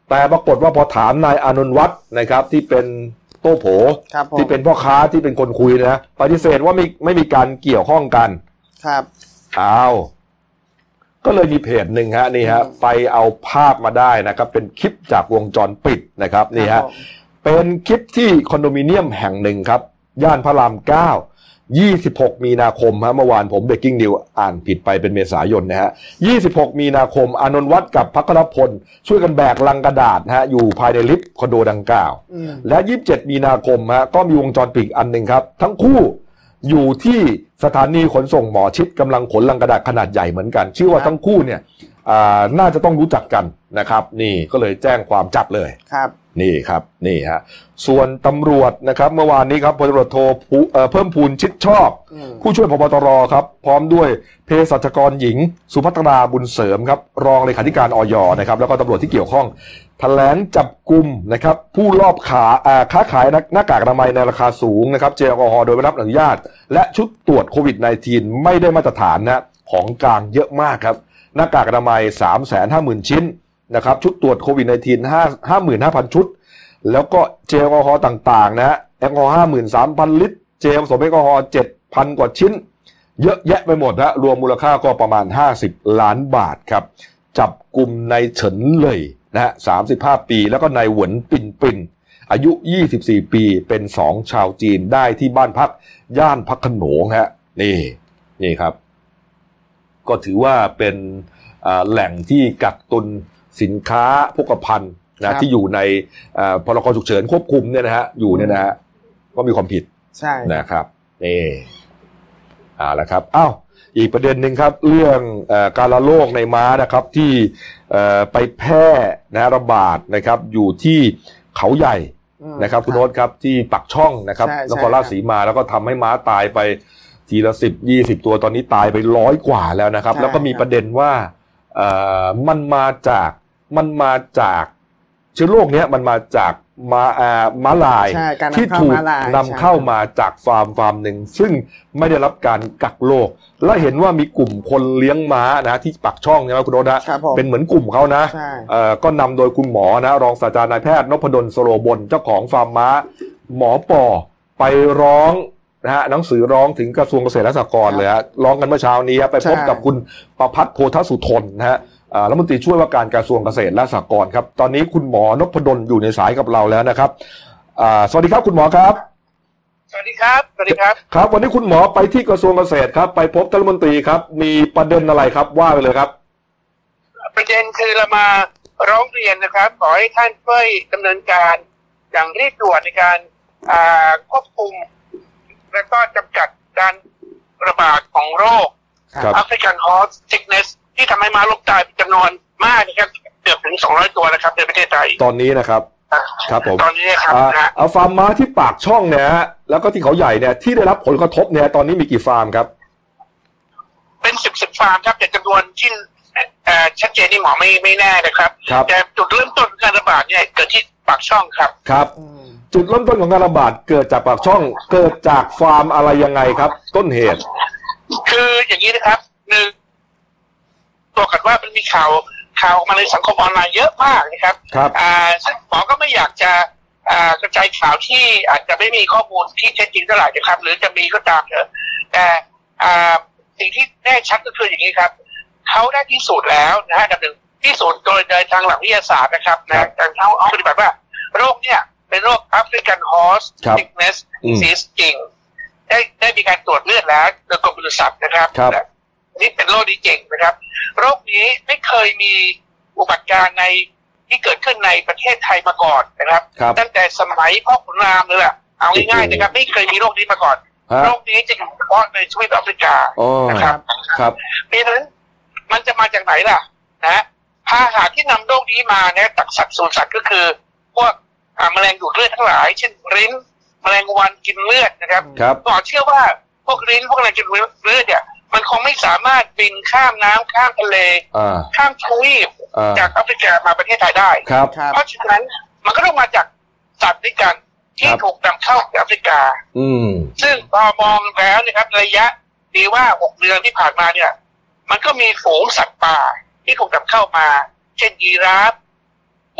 แต่ปรากฏว่าพอถามนายอานนท์วัฒน์นะครับที่เป็นโต้โผที่เป็นพ่อค้าที่เป็นคนคุยนะปฏิเสธว่าไม่ไม่มีการเกี่ยวข้องกันครับอ้าวก็เลยมีเพจหนึ่งฮะนี่ฮะไปเอาภาพมาได้นะครับเป็นคลิปจากวงจรปิดนะครับนี่ฮะเป็นคลิปที่คอนโดมิเนียมแห่งหนึ่งครับย่านพระรามเก้ายี่สิบหกมีนาคมฮะเมื่อวานผมเบรกกิ้งนิวอ่านผิดไปเป็นเมษายนนะฮะยี่สิบหกมีนาคมอานนท์วัฒน์กับภัครพลช่วยกันแบกลังกระดาษฮะอยู่ภายในลิฟต์คอนโดดังกล่าวและยี่สิบเจ็ดมีนาคมฮะก็มีวงจรปิดอันหนึ่งครับทั้งคู่อยู่ที่สถานีขนส่งหมอชิดกำลังขนลังกระดาษขนาดใหญ่เหมือนกันชื่อว่าทั้งคู่เนี่ยน่าจะต้องรู้จักกันนะครับนี่ก็เลยแจ้งความจับเลยครับนี่ครับนี่ฮะส่วนตำรวจนะครับเมื่อวานนี้ครับพลตำรวจโทเพิ่มพูนชิดชอบผู้ช่วยผบตรครับพร้อมด้วยเภสัชกรหญิงสุภัตราบุญเสริมครับรองเลขาธิการอย.นะครับแล้วก็ตำรวจที่เกี่ยวข้องแถลงจับกุมนะครับผู้ลอบขาค้าขายหน้ากากอนามัยในราคาสูงนะครับเจลแอลกอฮอล์โดยไม่รับอนุญาตและชุดตรวจโควิด สิบเก้า ไม่ได้มาตรฐานนะของกลางเยอะมากครับหน้ากากอนามัย สามแสนห้าหมื่น ชิ้นนะครับชุดตรวจโควิด สิบเก้า ห้าหมื่นห้าพัน ชุดแล้วก็เจลแอลกอฮอล์ต่างๆนะแอลกอฮอล์ ห้าหมื่นสามพัน ลิตรเจลผสมแอลกอฮอล์ เจ็ดพัน กว่าชิ้นเยอะแยะไปหมดนะรวมมูลค่าก็ประมาณห้าสิบล้านบาทครับจับกุมนายเฉินเลยนะฮะสามสิบห้าปีแล้วก็นายหวนปิ่นปิ่นอายุยี่สิบสี่ปีเป็นสองชาวจีนได้ที่บ้านพักย่านพระโขนงฮะนี่นี่ครับก็ถือว่าเป็นแหล่งที่กักตุนสินค้าโภคภัณฑ์นะที่อยู่ในพรกฉุกเฉินควบคุมเนี่ยนะฮะอยู่เนี่ยนะฮะก็มีความผิดใช่นะครับนี่อ่าแล้วครับอ้าวอีกประเด็นหนึ่งครับเรื่องเอ่อการระโรคในม้านะครับที่เอ่อไปแพร่นะระบาดนะครับอยู่ที่เขาใหญ่นะครับคุณโน้ตครับที่ปักช่องนะครับนครราชสีมาแล้วก็ทำให้ม้าตายไปทีละสิบยี่สิบตัวตอนนี้ตายไปร้อยกว่าแล้วนะครับแล้วก็มีประเด็นว่าเอ่อมันมาจากมันมาจากเชื้อโรคเนี้ยมันมาจากมาอ่าม้าลายที่ถูกนำเข้ามาจากฟาร์มฟาร์มหนึ่งซึ่งไม่ได้รับการกักโรคและเห็นว่ามีกลุ่มคนเลี้ยงม้านะที่ปักช่องใช่ไหมคุณโรดนะเป็นเหมือนกลุ่มเขานะเอ่อก็นำโดยคุณหมอนะรองศาสตราจารย์นายแพทย์นพดลสโรบลเจ้าของฟาร์มม้าหมอปอไปร้องนะฮะหนังสือร้องถึงกระทรวงเกษตรและสหกรณ์เลยฮะร้องกันเมื่อเช้านี้ไปพบกับคุณประภัสโพธสุทนนะฮะรัฐมนตรีช่วยว่าการกระทรวงเกษตรและสหกรณ์ครับตอนนี้คุณหมอนพดลอยู่ในสายกับเราแล้วนะครับสวัสดีครับคุณหมอครับสวัสดีครับสวัสดีครับครับวันนี้คุณหมอไปที่กระทรวงเกษตรครับไปพบท่านรัฐมนตรีครับมีประเด็นอะไรครับว่าไปเลยครับประเด็นคือเรามาร้องเรียนนะครับขอให้ท่านช่วยดำเนินการอย่างรีบด่วนในการควบคุมและก็จำกัดการระบาดของโรค African Horse Sickness ที่ทำให้ม้าล้มตายเป็นจำนวนมากนะครับเกือบถึงสองร้อยตัวนะครับในประเทศไทยตอนนี้นะครับครับผมตอนนี้ครับเอาฟาร์มม้าที่ปากช่องเนี่ยฮะแล้วก็ที่เขาใหญ่เนี่ยที่ได้รับผลกระทบเนี่ยตอนนี้มีกี่ฟาร์มครับเป็นสิบสิบฟาร์มครับแต่จำนวนที่ชัดเจนนี่หมอไม่ไม่แน่นะครับแต่จุดเริ่มต้นการระบาดเนี่ยเกิดที่ปากช่องครับครับจุดเริ่มต้นของการระบาดเกิดจากปากช่องเกิดจากฟาร์มอะไรยังไงครับต้นเหตุคืออย่างนี้นะครับหนึ่งตัวกันว่ามันมีข่าวข่าวออกมาในสังคมออนไลน์เยอะมากนะครับครับอ่าซึ่งหมอก็ไม่อยากจะอ่ากระจายข่าวที่อาจจะไม่มีข้อมูลที่แท้จริงเท่าไหร่นะครับหรือจะมีก็ตามเถอะแต่อ่าสิ่งที่แน่ชัดก็คืออย่างนี้ครับเขาได้พิสูจน์แล้วนะฮะดับหนึ่งพิสูจน์โดยโดยทางหลักวิทยาศาสตร์นะครับนะทางเขาปฏิบัติว่าโรคเนี่ยเป็นโรค African Horse Sickness Disease จริงได้ได้มีการตรวจเลือดแล้วโดยกรมปศุสัตว์นะครับนี่เป็นโรคนี้จริงนะครับโรคนี้ไม่เคยมีอุบัติการณ์ในที่เกิดขึ้นในประเทศไทยมาก่อนนะครับตั้งแต่สมัยพ่อขุนรามเลยแหละเอาง่ายๆนะครับไม่เคยมีโรคนี้มาก่อนโรคนี้จะอยู่เฉพาะในทวีปแอฟริกานะครับครับเพราะฉะนั้นมันจะมาจากไหนล่ะนะพาหะที่นำโรคนี้มาเนี่ยจากสัตว์สู่สัตว์ก็คือพวกแมลงดูดเลือดทั้งหลายเช่นริ้นแมลงวันกินเลือดนะครับก็เชื่อว่าพวกริ้นพวกอะไรกินเลือดเนี่ยมันคงไม่สามารถบินข้ามน้ำข้ามทะเลข้ามทวีปจากแอฟริกามาประเทศไทยได้เพราะฉะนั้นมันก็ต้องมาจากสัตว์ด้วยกันที่ถูกนำเข้าจากแอฟริกาซึ่งพอมองแล้วนะครับระยะดีว่าหกเดือนที่ผ่านมาเนี่ยมันก็มีฝูงสัตว์ป่าที่ถูกนำเข้ามาเช่นยีราฟบ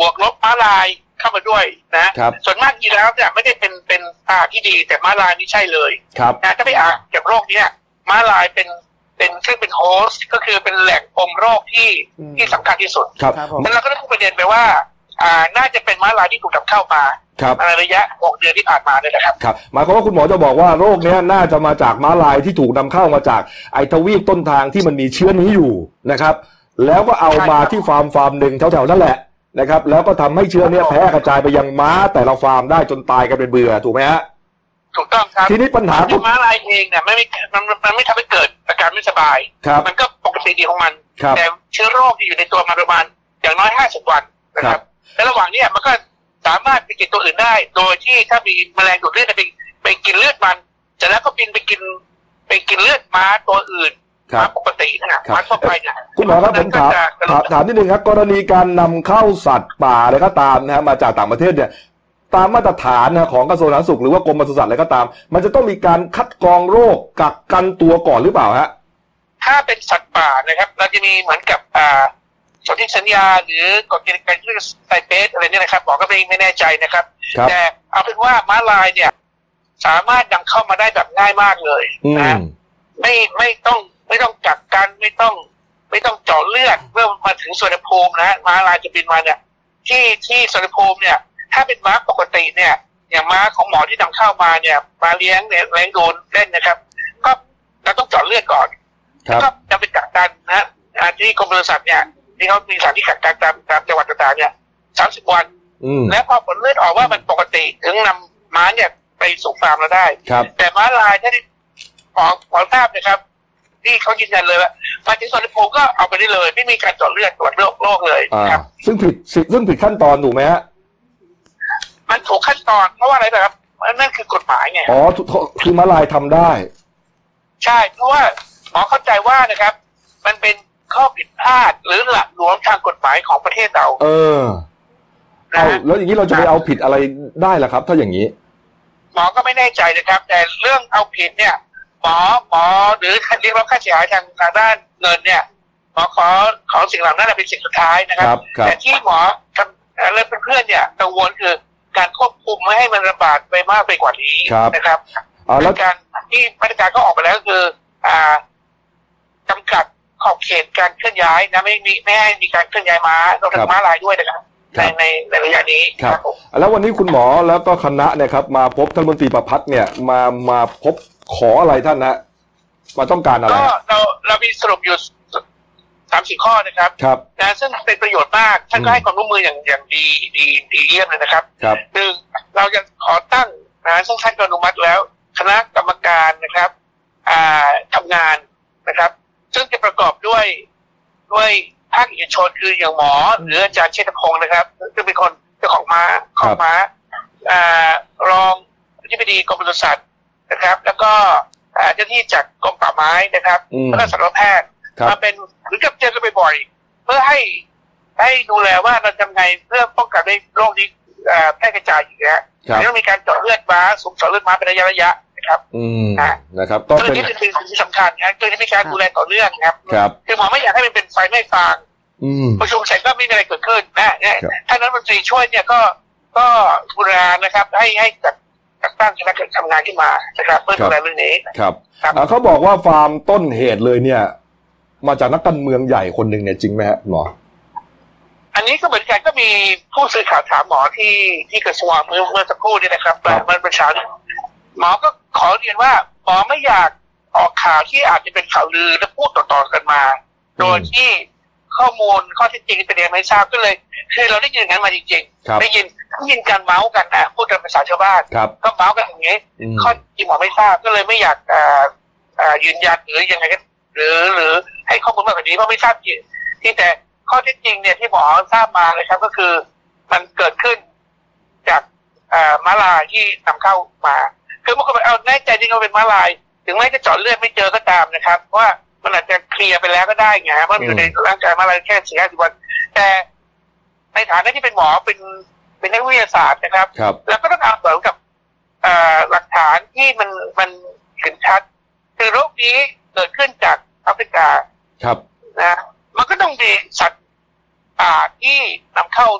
บวกลบม้าลายเข้ามาด้วยนะส่วนมากจริงแล้วเนี่ยไม่ได้เป็นเป็นตาที่ดีแต่ม้าลายนี่ใช่เลยนะถ้าไปอ่านเกี่ยวกับโรคนี้ม้าลายเป็นเป็นซึ่งเป็นโฮสต์ก็คือเป็นแหล่งปมโรคที่ที่สำคัญที่สุดแล้วเราก็ได้พูดประเด็นไปว่าอ่าน่าจะเป็นม้าลายที่ถูกนำเข้ามาในระยะหกเดือนที่ผ่านมาเลยนะครับครับหมายความว่าคุณหมอจะบอกว่าโรคนี้น่าจะมาจากม้าลายที่ถูกนำเข้ามาจากไอทวีปต้นทางที่มันมีเชื้อนี้อยู่นะครับแล้วก็เอามาที่ฟาร์มฟาร์มหนึ่งแถวๆนั่นแหละนะครับแล้วก็ทำให้เชื้อนี้แพร่กระจายไปยังม้าแต่ละฟาร์มได้จนตายกันเป็นเบื่อถูกไหมฮะถูกต้องครับทีนี้ปัญหาคือม้าลายเองเนี่ยไม่มันมันไม่ทำให้เกิดอาการไม่สบายมันก็ปกติดีของมันแต่เชื้อโรคที่อยู่ในตัวมันประมาณอย่างน้อยห้าสิบวันนะครับและระหว่างนี้มันก็สามารถไปกินตัวอื่นได้โดยที่ถ้ามีแมลงดูดเลือดไปไปกินเลือดมันจากนั้นก็บินไปกินไปกินเลือดม้าตัวอื่นม้าปกตินะม้าทั่วไปเนี่ยคุณหมอครับผมถามถามนิดนึงครับกรณีการนำเข้าสัตว์ป่าอะไรก็ตามนะฮะมาจากต่างประเทศเนี่ยตามมาตรฐานนะของกระทรวงสาธารณสุขหรือว่ากรมปศุสัตว์อะไรก็ตามมันจะต้องมีการคัดกรองโรคกักกันตัวก่อนหรือเปล่าฮะถ้าเป็นสัตว์ป่านะครับเราจะมีเหมือนกับอ่าสนธิสัญญาหรือกฎเกณฑ์การเลือกไซเปสอะไรเนี่ยนะครับบอกก็ไม่ไม่แน่ใจนะครับแต่เอาเป็นว่าม้าลายเนี่ยสามารถนำเข้ามาได้แบบง่ายมากเลยนะไม่ไม่ต้องไม่ต้องกักกันไม่ต้องไม่ต้องเจาะเลือดเมื่อมาถึงสวนภูมินะม้าลายจะบินมาเนี่ยที่ที่สวนภูมิเนี่ยถ้าเป็นม้าปกติเนี่ยอย่างม้าของหมอที่นำเข้ามาเนี่ยมาเลี้ยงเนี่ยเลี้ยงโดนเล่นนะครับก็เราต้องเจาะเลือดก่อนก็จะไปกักกันนะที่กรมปศุสัตว์เนี่ยที่เขามีสถานที่กักกันตามตามจังหวัดต่างๆเนี่ยสามสิบวันแล้วพอผลเลือดออกว่ามันปกติถึงนำม้าเนี่ยไปส่งฟาร์มเราได้แต่ม้าลายถ้าที่หมอหมอทราบนะครับที่เขายืนยันเลยว่าพอถึงสวนภูมิก็เอาไปได้เลยไม่มีการเจาะเลือดตรวจโรคโรคเลยครับซึ่งผิดซึ่งผิดขั้นตอนถูกไหมฮะมันถูกขั้นตอนเพราะว่าอะไรนะครับนั่นคือกฎหมายไงอ๋อคือม้าลายทำได้ใช่เพราะว่าหมอเข้าใจว่านะครับมันเป็นข้อผิดพลาดหรือหลักหลวมทางกฎหมายของประเทศเราเออเอาแล้วอย่างนี้เราจะไปเอาผิดอะไรได้ล่ะครับถ้าอย่างนี้หมอก็ไม่แน่ใจนะครับแต่เรื่องเอาผิดเนี่ยหมอหมอหรือเรียกร้องค่าเสียหายทางทางด้านเงินเนี่ยหมอขอขอสิ่งเหล่านั้นเป็นสิ่งสุดท้ายนะครับแต่ที่หมอและเพื่อนๆเนี่ยกังวลคือการควบคุมไม่ให้มันระบาดไปมากไปกว่านี้นะครับแล้วการที่มาตรการก็ออกไปแล้วก็คืออ่าจำกัดขอบเขตการเคลื่อนย้ายนะไม่มีไม่ให้มีการเคลื่อนย้ายม้ารวมถึงม้าลายด้วยนะครับในในในระยะนี้ครับแล้ววันนี้คุณหมอแล้วก็คณะเนี่ยครับมาพบท่านรัฐมนตรีประภัสเนี่ยมามาพบขออะไรท่านนะมาต้องการอะไรก็เราเรามีสรุปอยู่สามสี่ข้อนะครับครับนะซึ่งเป็นประโยชน์มากท่านก็ให้ความร่วมมืออย่างอย่างดีดีดีเยี่ยมเลยนะครับครับหนึ่งเราจะขอตั้งนะซึ่งท่านก็อนุมัติแล้วคณะกรรมการนะครับอ่าทำงานนะครับซึ่งจะประกอบด้วยด้วยภาคเอกชนคืออย่างหมอหรืออาจารย์เชษฐพงศ์นะครับซึ่งเป็นคนเจ้าของม้าของม้าอ่ารองอธิบดีกรมปศุสัตว์นะครับแล้วก็เจ้าหน้าที่จากกรมป่าไม้นะครับแล้วก็สัตวแพทย์มาเป็นหรือกับเจอกันบ่อยๆเพื่อให้ให้ดูแลว่าเราทำไงเพื่อป้องกันไม่โรคนี้แพร่กระจายอยู่นะต้องมีการเจาะเลือดม้าสูบเจาะเลือดม้าเป็นระยะระยะนะครับอืมนะครับก็เป็นนี่เป็นสิ่งที่สำคัญนะคือมีการดูแลต่อเนื่องครับคือหมอไม่อยากให้มันเป็นไฟไม่ฟางประชุมเสร็จก็ไม่มีอะไรเกิดขึ้นนะเนี่ยท่านรัฐมนตรีช่วยเนี่ยก็ก็บูรณานะครับให้ให้จัดจัดตั้งคณะทำงานขึ้นมานะครับเพื่อดูแลเรื่องนี้ครับเขาบอกว่าฟาร์มต้นเหตุเลยเนี่ยมาจากนักการเมืองใหญ่คนหนึ่งเนี่ยจริงไหมฮะหมออันนี้ก็เหมือนกันก็มีผู้สื่อข่าวถามหมอที่ที่กระทรวงเมื่อเมื่อสักครู่นี่นะครับมันเป็นข่าวหมอก็ขอเรียนว่าหมอไม่อยากออกข่าวที่อาจจะเป็นข่าวลือและพูดต่อๆกันมาโดยที่ข้อมูลข้อเท็จจริงเป็นยังไม่ทราบก็เลยคือเราได้ยินอย่างนั้นมาจริงๆได้ยินได้ยินการเมาส์กันนะพูดกันภาษาชาวบ้านก็เมาส์กันอย่างนี้ข้อจริงหมอไม่ทราบก็เลยไม่อยากยืนยันหรือยังไงกันหรือหรือให้ข้อมูลมากกว่านี้เพราะไม่ทราบจริงที่แต่ข้อเท็จจริงเนี่ยที่หมอทราบมาเลยครับก็คือมันเกิดขึ้นจากม้าลายที่นำเข้ามาคือบางคนบอกเอาแน่ใจจริงว่าเป็นม้าลายถึงแม้จะเจาะเลือดไม่เจอก็ตามนะครับว่ามันอาจจะเคลียร์ไปแล้วก็ได้ไงเพราะมันอยู่ในร่างกายม้าลายแค่สี่ห้าสิบวันแต่ในฐานะที่เป็นหมอเป็นเป็นนักวิทยาศาสตร์นะครับแล้วก็ต้องเอาเสริมกับหลักฐานที่มันมันเห็นชัดคือโรคนี้เกิดขึ้นจากแอฟริกาครับนะมันก็ต้องมีสัตว์ป่าที่นำเข้า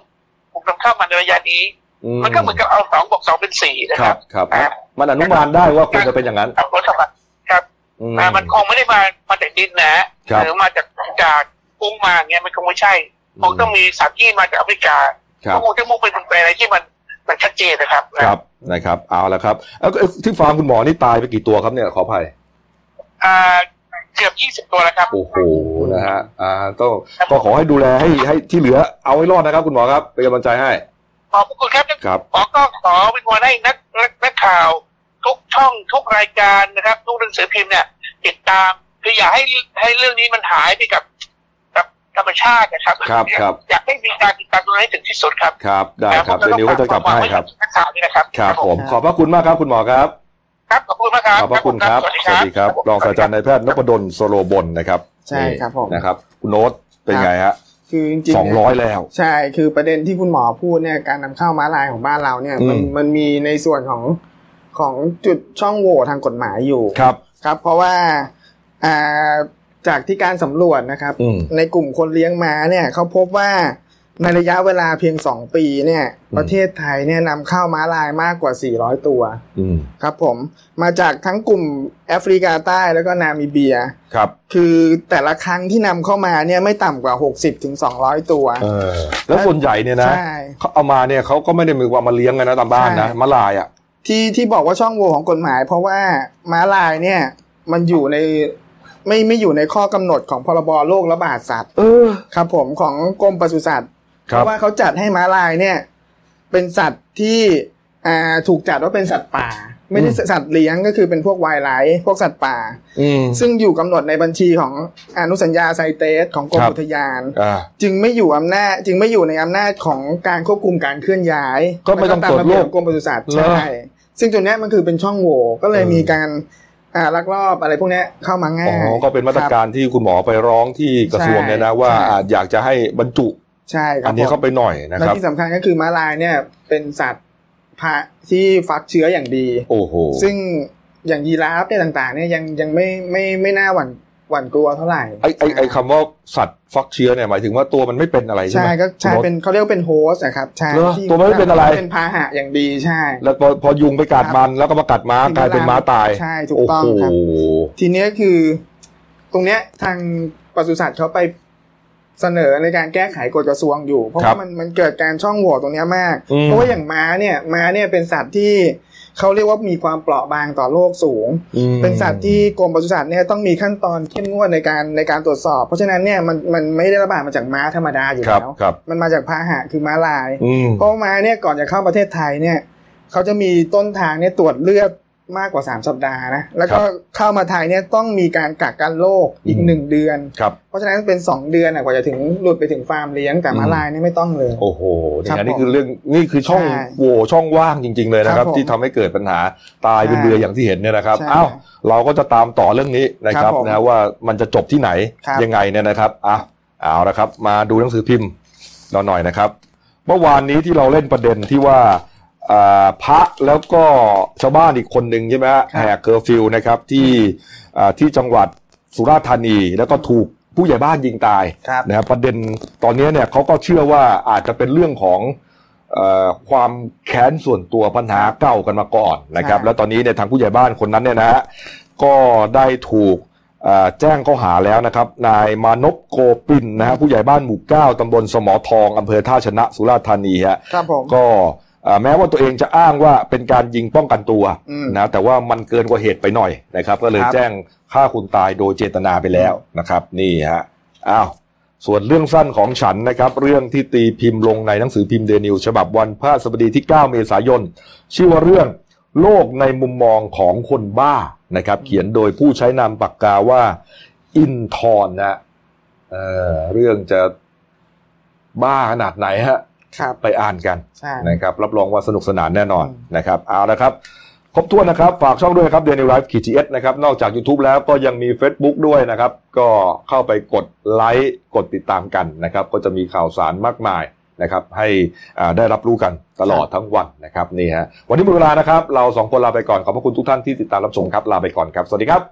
ถูกนำเข้ามาในระยะนี้มันก็เหมือนกับเอาสองบวกสองเป็นสี่นะครับครับมันอนุมานได้ว่าควรจะเป็นอย่างนั้นครับครับมันคงไม่ได้มามาจากดินนะหรือมาจากจากกุ้งมาเงี้ยมันคงไม่ใช่คงต้องมีสารที่มาจากอเมริกาก็คงจะมุ่งไปถึงอะไรที่มันมันชัดเจนนะครับครับนะครับเอาละครับแล้วที่ฟาร์มคุณหมอนี่ตายไปกี่ตัวครับเนี่ยขออภัยอ่าเกือบยี่สิบตัวแล้วครับโอ้โหนะฮะอ่าต้องก็ขอให้ดูแลให้ให้ที่เหลือเอาให้รอดนะครับคุณหมอครับเป็นกำลังใจให้ขอบคุณครับครับขอก็ขอวิงวอนให้นักนักข่าวทุกช่องทุกรายการนะครับทุกหนังสือพิมพ์เนี่ยติดตามคืออยากให้ให้เรื่องนี้มันหายไปกับกับธรรมชาตินะครับครับครับอยากให้มีการติดตามตรงนี้ถึงที่สุดครับครับได้ครับเดี๋ยวนิวก็จะกลับให้ครับนักข่าวนี่นะครับครับผมขอบพระคุณมากครับคุณหมอครับครับขอบคุณมากครับขอบพระคุณครับสวัสดีครับรองศาสตราจารย์นายแพทย์นพดลโซโลบลนะครับใช่ครับผมนะครับคุณโน้ตเป็นไงฮะคือจริงๆสองร้อยแล้วใช่คือประเด็นที่คุณหมอพูดเนี่ยการนำเข้าม้าลายของบ้านเราเนี่ยมันมันมีในส่วนของของจุดช่องโหว่ทางกฎหมายอยู่ครับครับเพราะว่าอ่าจากที่การสำรวจนะครับในกลุ่มคนเลี้ยงม้าเนี่ยเขาพบว่าในระยะเวลาเพียงสองปีเนี่ยประเทศไทยเนี่ยนำเข้าม้าลายมากกว่าสี่ร้อยตัวครับผมมาจากทั้งกลุ่มแอฟริกาใต้แล้วก็นามิเบียครับคือแต่ละครั้งที่นำเข้ามาเนี่ยไม่ต่ำกว่าหกสิบถึงสองร้อยตัวเออแล้วส่วนใหญ่เนี่ยนะเขาเอามาเนี่ยเขาก็ไม่ได้มีความมาเลี้ยงกันนะตามบ้านนะม้าลายอ่ะที่ที่บอกว่าช่องโหว่ของกฎหมายเพราะว่าม้าลายเนี่ยมันอยู่ในไม่ไม่อยู่ในข้อกำหนดของพรบโรคระบาดสัตว์เออครับผมของกรมปศุสัตว์เพราะว่าเขาจัดให้ม้าลายเนี่ยเป็นสัตว์ที่อ่าถูกจัดว่าเป็นสัตว์ป่าไม่ได้สัตว์เลี้ยงก็คือเป็นพวกไวล์ไลฟ์พวกสัตว์ป่าซึ่งอยู่กำหนดในบัญชีของอนุสัญญาไซเตสของกรมอุทยานจึงไม่อยู่อำนาจจึงไม่อยู่ในอำนาจของการควบคุมการเคลื่อนย้ายก็ไม่ต้องตรวจโรคกรมปศุสัตว์ใช่ซึ่งตัวนี้มันคือเป็นช่องโหว่ก็เลยมีการอ่าลักลอบอะไรพวกนี้เข้ามาง่ายอ๋อก็เป็นมาตรการที่คุณหมอไปร้องที่กระทรวงเนี่ยนะว่าอยากจะให้บรรจุใช่ครับอันนี้เข้าไปหน่อยนะครับและที่สำคัญก็คือม้าลายเนี่ยเป็นสัตว์พาที่ฟักเชื้ออย่างดีโอ้โหซึ่งอย่างยีราฟเนี่ยต่างๆเนี่ยยังยังไม่ไม่ไม่น่าหวั่นหวั่นกลัวเท่าไหร่ไอ้ไอ้ไอ้คำว่าสัตว์ฟักเชื้อเนี่ยหมายถึงว่าตัวมันไม่เป็นอะไรใช่ไหมใช่ก็ใช่เป็นเขาเรียกว่าเป็นโฮสต์นะครับใช่ตัวมันไม่เป็นอะไรเป็นพาหะอย่างดีใช่แล้วพอพอยุงไปกัดมันแล้วก็มากัดม้ากลายเป็นม้าตายใช่ถูกต้องครับทีนี้คือตรงเนี้ยทางปศุสัตว์เขาไปเสนอในการแก้ไขกฎกระทรวงอยู่เพราะว่ามันมันเกิดการช่องโหว่ตรงนี้มากเพราะว่าอย่างม้าเนี่ยม้าเนี่ยเป็นสัตว์ที่เขาเรียกว่ามีความเปราะบางต่อโรคสูงเป็นสัตว์ที่กรมปศุสัตว์เนี่ยต้องมีขั้นตอนเข้มงวดในการในการตรวจสอบเพราะฉะนั้นเนี่ยมันมันไม่ได้ระบาดมาจากม้าธรรมดาอยู่แล้วมันมาจากพาหะคือม้าลายเพราะม้าเนี่ยก่อนจะเข้าประเทศไทยเนี่ยเขาจะมีต้นทางเนี่ยตรวจเลือดมากกว่าสามสัปดาห์นะแล้วก็เข้ามาไทยเนี่ยต้องมีการกักกันโรคอีกหนึ่งเดือนเพราะฉะนั้นเป็นสองเดือนกว่าจะถึงหลุดไปถึงฟาร์มเลี้ยงแต่ม้าลายนี่ไม่ต้องเลยโอ้โหอันนี้คือเรื่องนี่คือช่องโหว่ช่องว่างจริงๆเลยนะครับที่ทำให้เกิดปัญหาตายเป็นเรืออย่างที่เห็นเนี่ยนะครับอ้าวเราก็จะตามต่อเรื่องนี้นะครับนะว่ามันจะจบที่ไหนยังไงเนี่ยนะครับอ้าวเอาละครับมาดูหนังสือพิมพ์เราหน่อยนะครับเมื่อวานนี้ที่เราเล่นประเด็นที่ว่าพระแล้วก็ชาวบ้านอีกคนหนึ่งใช่ไหมฮะแหกเคอร์ฟิวนะครับที่ที่จังหวัดสุราษฎร์ธานีแล้วก็ถูกผู้ใหญ่บ้านยิงตายนะครับประเด็นตอนนี้เนี่ยเขาก็เชื่อว่าอาจจะเป็นเรื่องของเอ่อความแค้นส่วนตัวปัญหาเก่ากันมาก่อนนะครับแล้วตอนนี้เนี่ยทางผู้ใหญ่บ้านคนนั้นเนี่ยนะฮะก็ได้ถูกแจ้งข้อหาแล้วนะครับนายมานพโกปินนะฮะผู้ใหญ่บ้านหมู่เก้าตำบลสมอทองอำเภอท่าชนะสุราษฎร์ธานีฮะก็แม้ว่าตัวเองจะอ้างว่าเป็นการยิงป้องกันตัวนะแต่ว่ามันเกินกว่าเหตุไปหน่อยนะครับก็เลยแจ้งฆ่าคนตายโดยเจตนาไปแล้วนะครับนี่ฮะอ้าวส่วนเรื่องสั้นของฉันนะครับเรื่องที่ตีพิมพ์ลงในหนังสือพิมพ์เดนิวฉบับวันพฤหัสบดีที่เก้าเมษายนชื่อว่าเรื่องโลกในมุมมองของคนบ้านะครับเขียนโดยผู้ใช้นามปากกาว่าอินทรนะเอ่อเรื่องจะบ้าขนาดไหนฮะไปอ่านกันนะครับรับรองว่าสนุกสนานแน่นอนนะครับเอาละครับครบถ้วนนะครับฝากช่องด้วยครับ Daily Life จี เอส นะครับนอกจาก YouTube แล้วก็ยังมี Facebook ด้วยนะครับก็เข้าไปกดไลค์กดติดตามกันนะครับก็จะมีข่าวสารมากมายนะครับให้ได้รับรู้กันตลอดทั้งวันนะครับนี่ฮะวันนี้หมดเวลานะครับเราสองคนลาไปก่อนขอบพระคุณทุกท่านที่ติดตามรับชมครับลาไปก่อนครับสวัสดีครับ